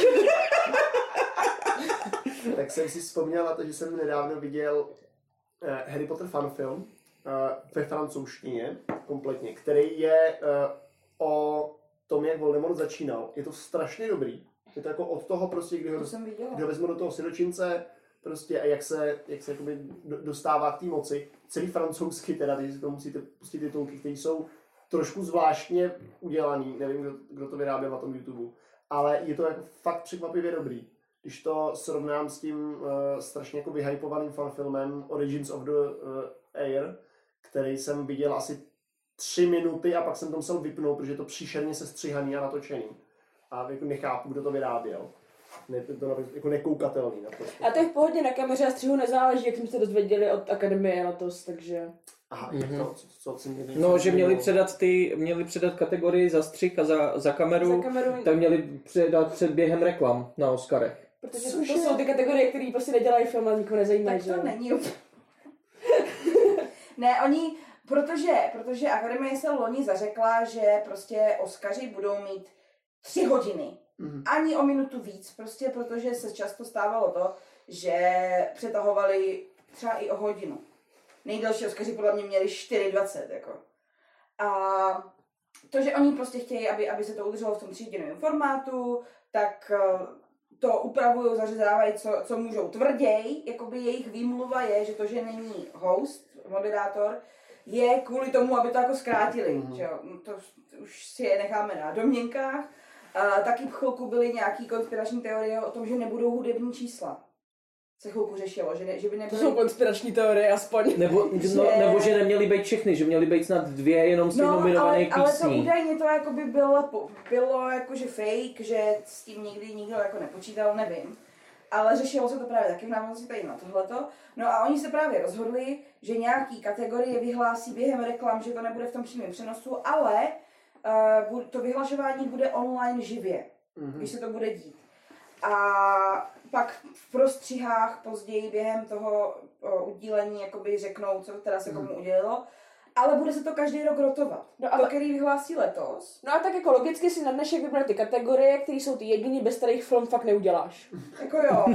tak jsem si vzpomněl na to, že jsem nedávno viděl uh, Harry Potter fanfilm uh, ve francouzštině kompletně, který je uh, o tom, jak Voldemort začínal. Je to strašně dobrý. Je to jako od toho prostě, kdy ho, To jsem viděla. kdy ho vezmu do toho siročince prostě a jak se, jak se jakoby do- dostává k té moci. Celý francouzsky teda, když si to musíte pustit titulky, které jsou trošku zvláštně udělaný, nevím, kdo, kdo to vyráběl na tom YouTube, ale je to jako fakt překvapivě dobrý. Když to srovnám s tím uh, strašně jako vyhypovaným fanfilmem Origins of the uh, Air, který jsem viděl asi tři minuty a pak jsem to musel vypnout, protože je to příšerně sestřihaný a natočený. A jako nechápu, kdo to vyráběl. Ne, to je jako nekoukatelný naprosto. A to je v pohodě na kameře a střihu nezáleží, jak jsme se dozvěděli od akademie letos, takže... Aha, jak to, co, co, co měli, No, že měli předat ty, měli předat kategorii za střih a za, za kameru, Za kameru. tak měli předat před během reklam na Oscarech. Protože Což to je- jsou ty kategorie, které prostě nedělají film a nikoho nezajímají, Tak že to jo? není úplně. Ne, oni, protože, protože Akademie se loni zařekla, že prostě Oscaři budou mít tři hodiny. Mhm. Ani o minutu víc, prostě protože se často stávalo to, že přetahovali třeba i o hodinu. Nejdelší Oscaři podle mě měli čtyři dvacet, jako. A to, že oni prostě chtějí, aby, aby se to udrželo v tom tříhodinovém formátu, tak eh, to upravují, zařezávají, co, co můžou tvrději. Jakoby jejich výmluva je, že to, že není host, moderátor, je kvůli tomu, aby to jako zkrátili. Mhm. Že jo? No to už si je necháme na domněnkách. A taky v chvilku byly nějaký konspirační teorie o tom, že nebudou hudební čísla. Se chvilku řešilo, že, ne, že by To nebyly... jsou konspirační teorie aspoň. Nebo, Že- no, nebo že neměly být všechny, že měly být snad dvě jenom z těch No, ale, nominovaných ale to písní. údajně to jako by bylo, po- bylo jakože fake, že s tím nikdy nikdo jako nepočítal, nevím. Ale řešilo se to právě taky v návaznosti tady na tohleto. No a oni se právě rozhodli, že nějaký kategorie vyhlásí během reklam, že to nebude v tom přímém přenosu, ale uh, to vyhlašování bude online živě, Mhm. když se to bude dít. A pak v prostřihách později během toho uh, udílení jakoby řeknou, co teda se komu udělilo. Ale bude se to každý rok rotovat. No No, ale- to, který vyhlásí letos. No a tak jako logicky si na dnešek vybrat ty kategorie, které jsou ty jediný, bez kterých film fakt neuděláš. Jako jo.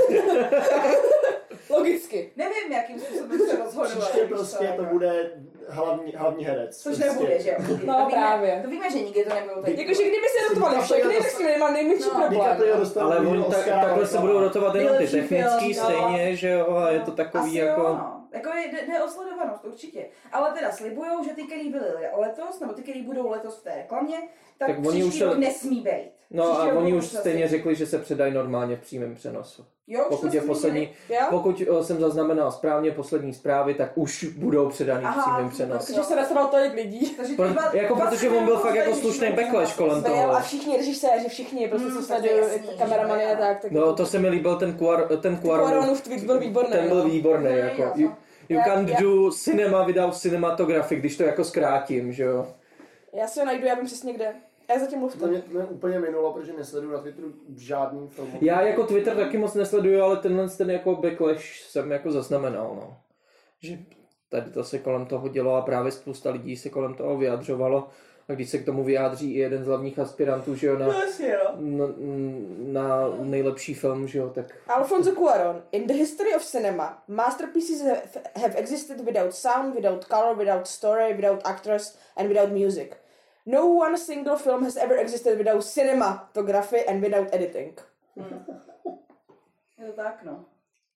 Logicky. Nevím, jakým způsobem se rozhodovat. Příště víš co, prostě jako. to bude hlavní, hlavní herec. Což prostě. nebude, že jo? No, to víme, právě. To víme, že nikdy to nebudou tady. Jakože kdyby se rotovali všechny, tak s tím nemám nejmenší No, problém. DiCaprio dostal Ale druhý on tak, Oscar, takhle se no. budou rotovat jenom ty Nejlepší technický film, no. stejně, že jo, a je to takový Asi jako... jo, no. Jako je, jde, jde o sledovanost, určitě. Ale teda slibujou, že ty, který byly letos, nebo ty, který budou letos v té reklamě, tak, Tak tak oni příští už rok to- nesmí být. No Příští a rok oni budou už zase- stejně řekli, že se předají normálně v přímém přenosu. Jo, už Pokud to je zmínili. poslední, Jo? pokud eh, jsem zaznamenal správně poslední zprávy, tak už budou předaný v Aha, přímém tak přenosu. Protože se nasral tolik lidí. Takže ty Pro, dva- jako dva protože on byl filmy fakt jako tady slušný vyšly backlash na kolem Byl toho. a všichni režiséři, všichni prostě Mm, se tak to je sledují, jasný, kameramany že a jo. tak. tak No to se mi líbil ten Cuar, ten Cuaronův, Cuaronův tweet byl výborný. ten byl no. výborný, No, jako. jo, You, you Já- can't já- do cinema without cinematography, když to jako zkrátím, že jo. Já si ho najdu, já vím přesně kde. Já zatím To mluvte. mě, to mě úplně minulo, protože nesleduju na Twitteru žádný film. Já jako Twitter taky moc nesleduju, ale tenhle ten jako backlash jsem jako zaznamenal, no. Že tady to se kolem toho dělo a právě spousta lidí se kolem toho vyjadřovalo. A když se k tomu vyjádří i jeden z hlavních aspirantů, že jo, na, Jasně, no. na, na nejlepší film, že jo, tak... Alfonso Cuarón. In the history of cinema, masterpieces have, have existed without sound, without color, without story, without actors and without music. No one single film has ever existed without cinematography and without editing. Je to tak, no.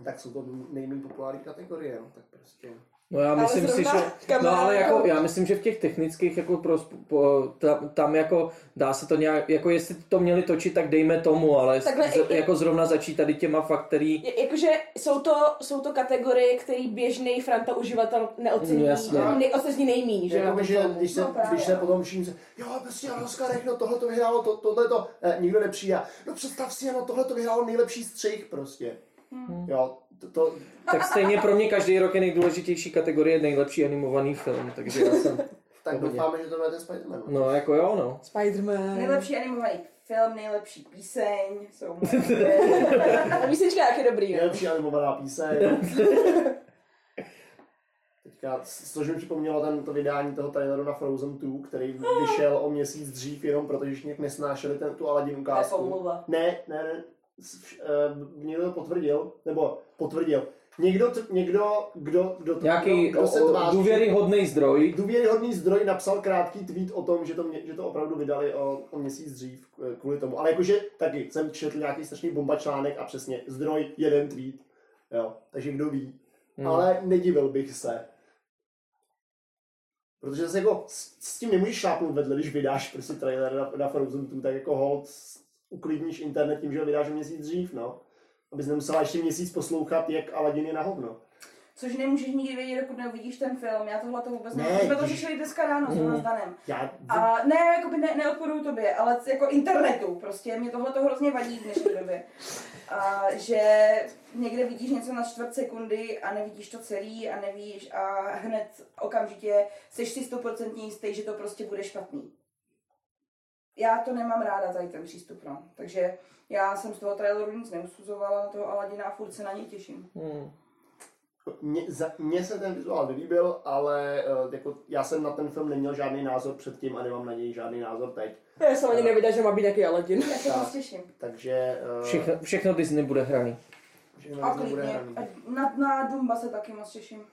Tak jsou to nejméně populární kategorie, no, tak prostě. No já myslím si, že, no ale jako, já myslím, že v těch technických, jako pro, po, tam, tam jako dá se to nějak, jako jestli to měli točit, tak dejme tomu, ale Takhle, z, jako zrovna začít tady těma fakt, který... Jakože jsou to, jsou to kategorie, který běžný Franta uživatel neocení, No, neocení nejmí, že jako, jo? že když se, No, když se potom všichni se, jo, prostě na Oscarech, no tohle to vyhrálo, to, tohle to, eh, nikdo nepřijde. No představ si, no tohle to vyhrálo nejlepší střih prostě. Hmm. Jo, to, to... Tak stejně pro mě každý rok je nejdůležitější kategorie nejlepší animovaný film, takže já jsem... Tak doufáme, že to bude ten Spider-Man. No jako jo, no. Spider-Man. Nejlepší animovaný film, nejlepší píseň, jsou A písnička jak je dobrý, no. Nejlepší animovaná píseň. Teďka, což mi připomnělo ten, to vydání toho traileru na Frozen dva, který vyšel o měsíc dřív, jenom protože všichni nesnášeli ten, tu Aladdin ukázku. Ne, ne, ne. Uh, někdo to potvrdil, nebo potvrdil. Někdo, někdo, kdo, kdo, Nějaký kdo, kdo se tváří, důvěryhodný zdroj. Důvěryhodný zdroj napsal krátký tweet o tom, že to, mě, že to opravdu vydali o, o měsíc dřív kvůli tomu. Ale jakože taky jsem četl nějaký strašný bomba článek a přesně zdroj jeden tweet. Jo, takže kdo ví. Hmm. Ale nedivil bych se. Protože zase jako s, s tím nemůžeš šlápnout vedle, když vydáš prostě trailer na, na Frozen dva, tak jako hold uklidníš internet tím, že ho vydáš o měsíc dřív, no. Abys nemusela ještě měsíc poslouchat, jak Aladdin je na hovno. Což nemůžeš nikdy vědět, dokud neuvidíš ten film. Já tohle to vůbec ne, nevím. Jsme to řešili dneska ráno mm. s Danem. Já... A ne, jakoby ne, neodporuju tobě, ale jako internetu. Prostě mě tohle to hrozně vadí v dnešní době. A že někde vidíš něco na čtvrt sekundy a nevidíš to celý a nevíš a hned okamžitě jsi si sto procent jistý, že to prostě bude špatný. Já to nemám ráda, tady ten přístup, no. Takže já jsem z toho traileru nic neusuzovala, na toho Aladdina a furt se na něj těším. Hmm. Mně, za, mně se ten vizuál nelíbil, ale uh, jako, já jsem na ten film neměl žádný názor předtím a nemám na něj žádný názor teď. Já jsem ani nevěděl, že má být nějaký Aladdin. Já se moc těším. Takže... Uh, všechno, všechno Disney bude hraný. Všechno A Disney bude klidně. hraný. Na, na Dumba se taky moc těším.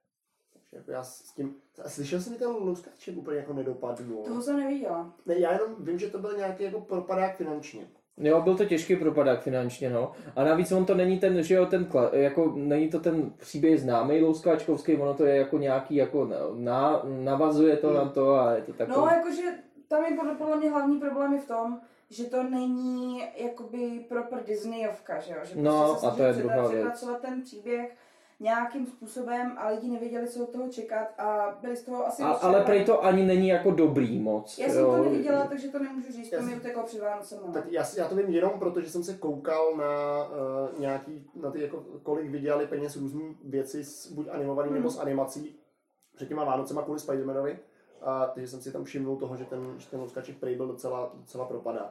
Takže jako já s tím... A slyšel jsem, že ten Louskaček úplně jako nedopadnul. Toho jsem neviděla. Ne, já jenom vím, že to byl nějaký jako propadák finančně. Jo, byl to těžký propadák finančně, no. A navíc on to není ten, že jo, ten, jako, není to ten příběh známý louskáčkovský, ono to je jako nějaký, jako, na, navazuje to hmm. na to a je to takové. No, jakože tam je podle, podle mě hlavní problém je v tom, že to není jakoby proper Disneyovka, že jo? Že no, prostě se a to je druhá věc. Přepracovat ten příběh nějakým způsobem a lidi nevěděli, co od toho čekat a byli z toho asi... A, ale prej to ani není jako dobrý moc. Já jsem jo. to neviděla, takže to nemůžu říct, to mi uteklo před Vánocem. Tak já, já to vím jenom, protože jsem se koukal na uh, nějaký, na ty, jako, kolik vydělali peněz různý věci, z, buď animovaný hmm. nebo z animací před těma Vánocema kvůli Spider-Manovi. A takže jsem si tam všimnul toho, že ten, že ten Louskaček prej byl docela, docela propadák.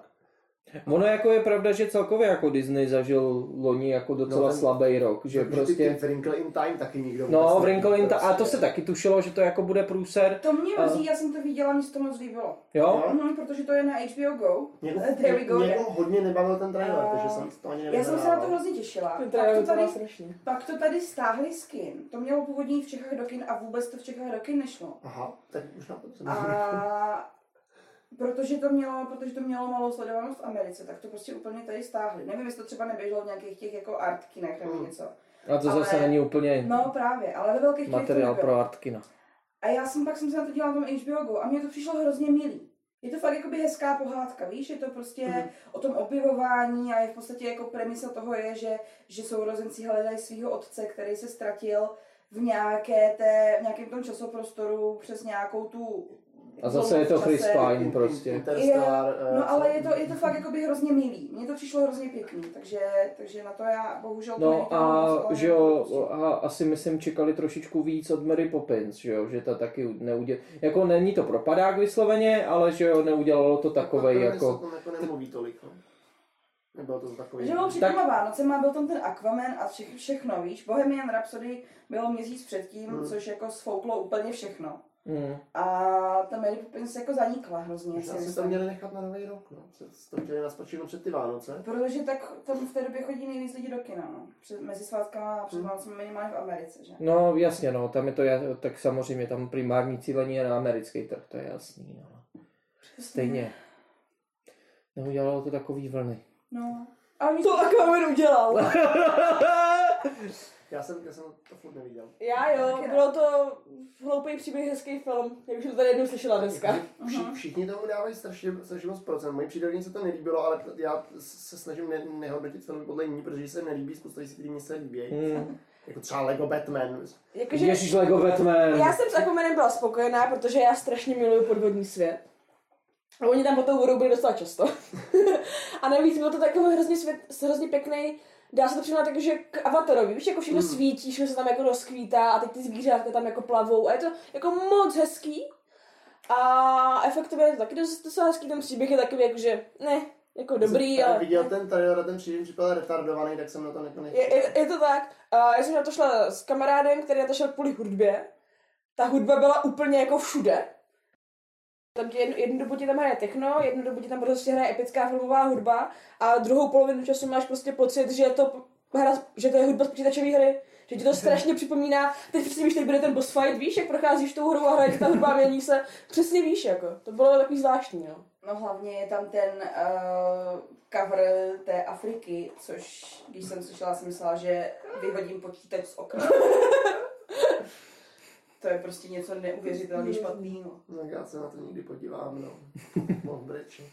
Ono jako je pravda, že celkově jako Disney zažil loni jako docela no ten, slabý rok, že prostě... Ty, ty Wrinkle in Time taky nikdo... No, Wrinkle in Time, a to se taky tušilo, že to jako bude průser. To mě mrzí, uh, já jsem to viděla, mně se to moc líbilo. Jo? Mhm, protože to je na H B O Go. Něko, There we go. Někoho hodně nebavil ten trailer, uh, takže jsem to ani nevěděl. Já jsem se na to hrozně těšila. Ten pak, to tady, pak to tady stáhli z kin. To mělo původně v Čechách do kin a vůbec to v Čechách do kin nešlo. Aha, tak už na to jsem a... Protože to mělo, protože to mělo malou sledovanost v Americe, tak to prostě úplně tady stáhli. Nevím, jestli to třeba neběželo v nějakých těch jako artkinech nebo něco. A to ale, zase není úplně no právě, ale ve velkých materiál pro artkina. A já jsem pak jsem se na to dívala na tom H B O Go a mně to přišlo hrozně milý. Je to fakt jakoby hezká pohádka, víš, je to prostě mm. o tom objevování a je v podstatě jako premisa toho je, že, že sourozenci hledají svého otce, který se ztratil v nějaké té, v nějakém tom časoprostoru přes nějakou tu... A zase je to Chris Pine prostě. Je, no ale je to, je to fakt jakoby hrozně milý. Mně to přišlo hrozně pěkný, takže, takže na to já bohužel... No a že jo, a asi myslím čekali trošičku víc od Mary Poppins, že jo, že ta taky neudělala, jako není to propadák vysloveně, ale že jo, neudělalo to takovej jako... To jako nemluví tolik, no. Nebylo to takový... Že bylo před těma Vánocema, byl tam ten Aquaman a vše, všechno, víš, Bohemian Rhapsody bylo měsíc předtím, hmm. což jako sfouklo úplně všechno. Mm. A ta Mary Poppins jako zanikla hrozně. Možná si to měli nechat na nový rok, no. To chtěli naspočít před ty Vánoce. Protože tak tam v té době chodí nejvíc lidí do kina, no. Před, mezi svátkama a před hmm. Vánocem minimálně v Americe, že? No jasně, no, tam je to, tak samozřejmě tam primární cílení je na americký trh, to je jasný, no. Stejně. Neudělalo to takový vlny. No. A to Aquaman udělal. Já jsem, já jsem to furt neviděl. Já jo, bylo to hloupý příběh, hezký film. Já už jsem to tady jednou slyšela dneska. Vši, všichni tomu dávají strašně, strašně moc procent. Mojí přítelkyni se to nelíbilo, ale já se snažím ne, nehodnotit filmy podle ní, protože se nelíbí, spousta věcí, které mi se líbí. Hmm. Jako třeba Lego Batman. Jakože, Ježíš, Lego Batman. já jsem s Aquamanem byla spokojená, protože já strašně miluju podvodní svět. A oni tam po tou vodou byli docela často. A navíc byl to takový hrozně svět, hrozně pěkný. Dá se to přirovnat tak, že k Avatarovi, víš, jako všechno Mm. svítí, všechno se tam jako rozkvítá a teď ty zvířátka tam jako plavou a je to jako moc hezký. A efektově je to taky dost, dost hezký, ten příběh je takový jako, že ne, jako dobrý, jsem ale... viděl ten trailer a ten příběh připadal retardovaný, tak jsem na to jako nechtěl. Je, je, je to tak. A já jsem na to šla s kamarádem, který na to šel kvůli hudbě. Ta hudba byla úplně jako všude. Tam ti jednu, jednu dobu ti tam hraje techno, jednu dobu ti tam prostě hraje epická filmová hudba a druhou polovinu času máš prostě pocit, že je to hra, že to je hudba z počítačové hry. Že ti to strašně připomíná, teď přesně víš, teď bude ten boss fight, víš, jak procházíš tou hrou a hraje ti ta hudba a mění se. Přesně víš, jako. To bylo takový zvláštní, no. No hlavně je tam ten uh, cover té Afriky, což když jsem slyšela, jsem myslela, že vyhodím počítač z okna. To je prostě něco neuvěřitelně špatného. No, já se na to někdy podívám, no. No, breči.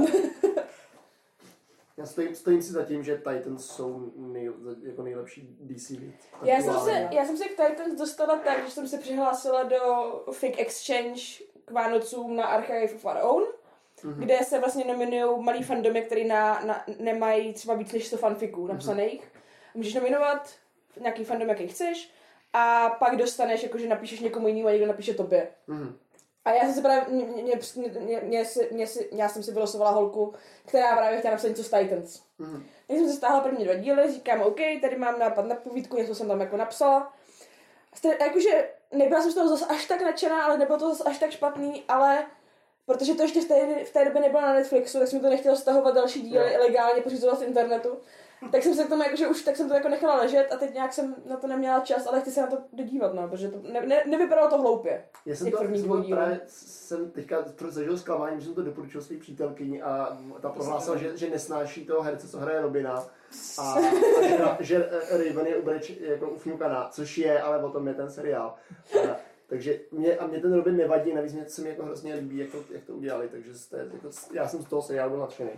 Já stojím, stojím si za tím, že Titans jsou nej, jako nejlepší D C věc. Já jsem, se, já jsem se k Titans dostala tak, že jsem se přihlásila do Fake Exchange k Vánocům na Archive of Our Own, mm-hmm. kde se vlastně nominují malý fandomy, který na, na, nemají třeba víc než sto fanfiků napsaných. Mm-hmm. Můžeš nominovat nějaký fandom, jaký chceš, a pak dostaneš, jakože napíšeš někomu jinému a někdo napíše tobě. Mm-hmm. A já jsem si právě, mě, mě, mě, mě, mě, si, mě si, já jsem si vylosovala holku, která právě chtěla napsat něco z Titans. Mm-hmm. Tak jsem si stáhla první dva díly, říkám, OK, tady mám nápad na povídku, něco jsem tam jako napsala. A jakože nebyla jsem z toho zase až tak nadšená, ale nebylo to zase až tak špatný, ale protože to ještě v té, v té době nebylo na Netflixu, tak jsem to nechtěla stahovat další díly no. legálně pořizovat z internetu. Tak jsem se k tomu jakože už tak jsem to jako nechala ležet a teď nějak jsem na to neměla čas, ale chci se na to dodívat, no, protože to ne, ne, nevypadalo to hloupě. Já jsem to, jsem právě jsem teďka zažil zklamání, že jsem to doporučil své přítelkyni a ta prohlásila, že, že nesnáší toho herce, co hraje Robina a, a že, že Raven je ubreč jako ufňukaná, což je, ale o tom je ten seriál. A, takže mě, a mě ten Robin nevadí, navíc mě se mi jako hrozně líbí, jak to, jak to udělali, takže jste, jako, já jsem z toho seriálu byl nadšený.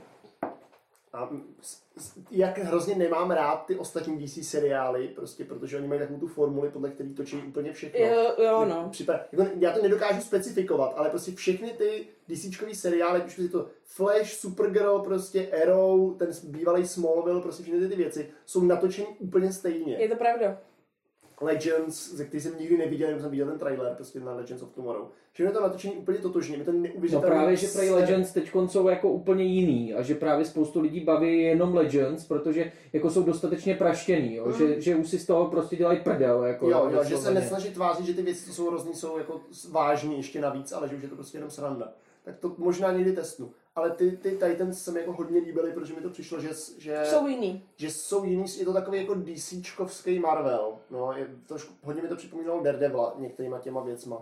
A jak hrozně nemám rád ty ostatní D C seriály, prostě, protože oni mají takovou tu formuli, podle který točí úplně všechno. Jo, jo no. Připad, jako, já to nedokážu specifikovat, ale prostě všechny ty DCčkový seriály, už je to Flash, Supergirl, prostě Arrow, ten bývalý Smallville, prostě všechny ty, ty věci jsou natočeny úplně stejně. Je to pravda. Legends, ze kterých jsem nikdy neviděl, jenom jsem viděl ten trailer prostě na Legends of Tomorrow. Všechno je to natočený úplně totožně, mi to neuvěřitelné. No právě, že Prey Legends teď jsou jako úplně jiný a že právě spoustu lidí baví jenom Legends, protože jako jsou dostatečně praštěný, jo? Mm. Že, že už si z toho prostě dělají prdel. Jako, jo, jo, že se nesnaží tvářit, že ty věci, co jsou hrozný, jsou jako vážný ještě navíc, ale že už je to prostě jenom sranda. Tak to možná někdy testnu. Ale ty, ty Titans se mi jako hodně líbily, protože mi to přišlo, že, že jsou jiný. Že jsou jiný, je to takový jako DCčkovský Marvel. No, je, trošku, hodně mi to připomínalo Daredevila některýma těma věcma.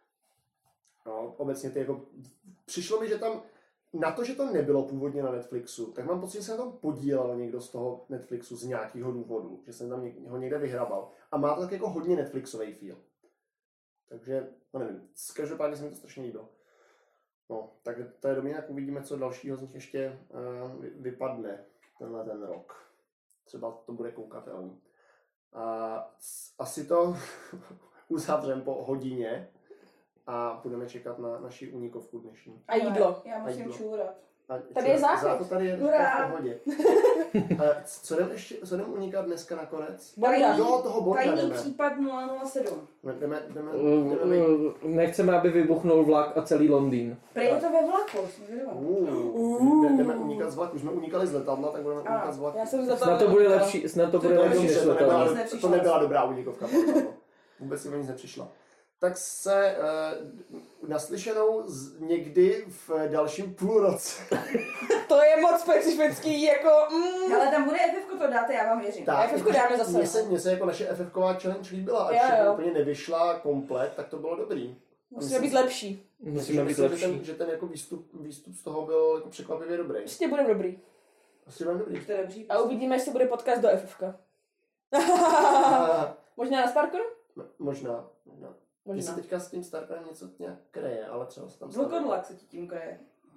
No, obecně ty jako, přišlo mi, že tam, na to, že to nebylo původně na Netflixu, tak mám pocit, že se na tom podílel někdo z toho Netflixu z nějakého důvodu, že jsem tam něk, ho někde vyhrabal. A má to tak jako hodně Netflixový feel. Takže, no nevím, každopádně se mi to strašně líbilo. No, tak to je dobrý, jak uvidíme, co dalšího z nich ještě uh, vypadne tenhle ten rok. Třeba to bude koukatelný. A asi to uzavřem po hodině a budeme čekat na naši unikovku dnešní. A jídlo. Já musím čůrat. A tady je záchod. Záchod tady je v pohodě. A co jdem ještě, co jdem unikat dneska nakonec? Bonda. Jo, toho Bonda Tajný jdeme. případ nula nula sedm. Jdeme, jdeme, Uh, jdeme, uh, nechceme, aby vybuchnul vlak a celý Londýn. Prej je to ve vlaku, jsem zvědavá. uh, jdeme unikat z vlaku. Už jsme unikali z letadla, tak budeme A, unikat z vlaku. Já jsem za to... Snad to bude lepší, snad to bude To, lepší než to, nebyla, letadlo. to nebyla dobrá unikovka. Vůbec mi nic nepřišla. Tak se uh, naslyšenou z, někdy v dalším půlroce. To je moc specifický, jako... Mm. Ale tam bude F F, to dáte, já vám věřím. Tak, F F ko dáme zase. Mně se, mně se jako naše F F ková challenge líbila, ať Jo, všechno jo. úplně nevyšla komplet, tak to bylo dobrý. Musíme být lepší. Musíme být myslím, lepší. Že ten, že ten jako výstup, výstup z toho byl jako překvapivě dobrý. Prostě budeme dobrý. Asi budeme dobrý. To je dobrý. A uvidíme, jestli bude podcast do F F ka. Možná na Starkonu? M- možná, možná. Mně se Možná. teďka s tím Starcraftem něco nějak kreje, ale třeba se tam Vlkodlak se ti tím kreje.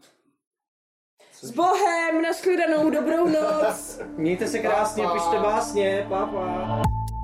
S Bohem, nashledanou, dobrou noc! Mějte se krásně, Pa, pa. pište básně, pa, pa.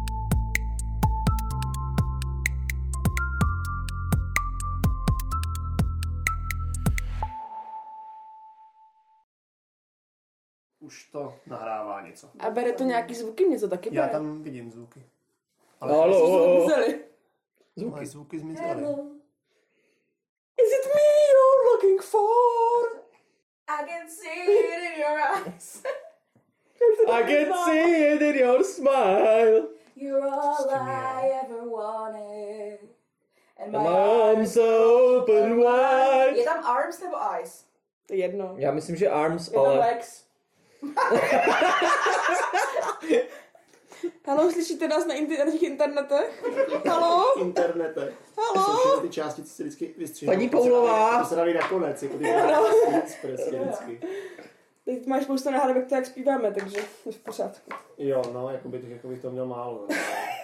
Už to nahrává něco. A bere to nějaký zvuky, mě to taky bere. Já tam vidím zvuky. Halo. Zvuky. Zvuky, zvuky zmizely. Is it me you're looking for? I can see it in your eyes. I can see it in your smile. You're all I ever wanted. And My arms open wide. Je tam arms nebo eyes? To je jedno. Já myslím, že arms, Je tam ale... Lex. Halo, slyšíte nás na inter- internetech? Halo? Internete. Halo? To jsou všechny ty části, co se vždycky vystříhají. Paní Paulová. To se dávají nakonec, jako ty express vždycky. Teď máš spoustu nahrávek, to jak zpíváme, takže je v pořádku. Jo, no, jako, by, jako bych to měl málo. No.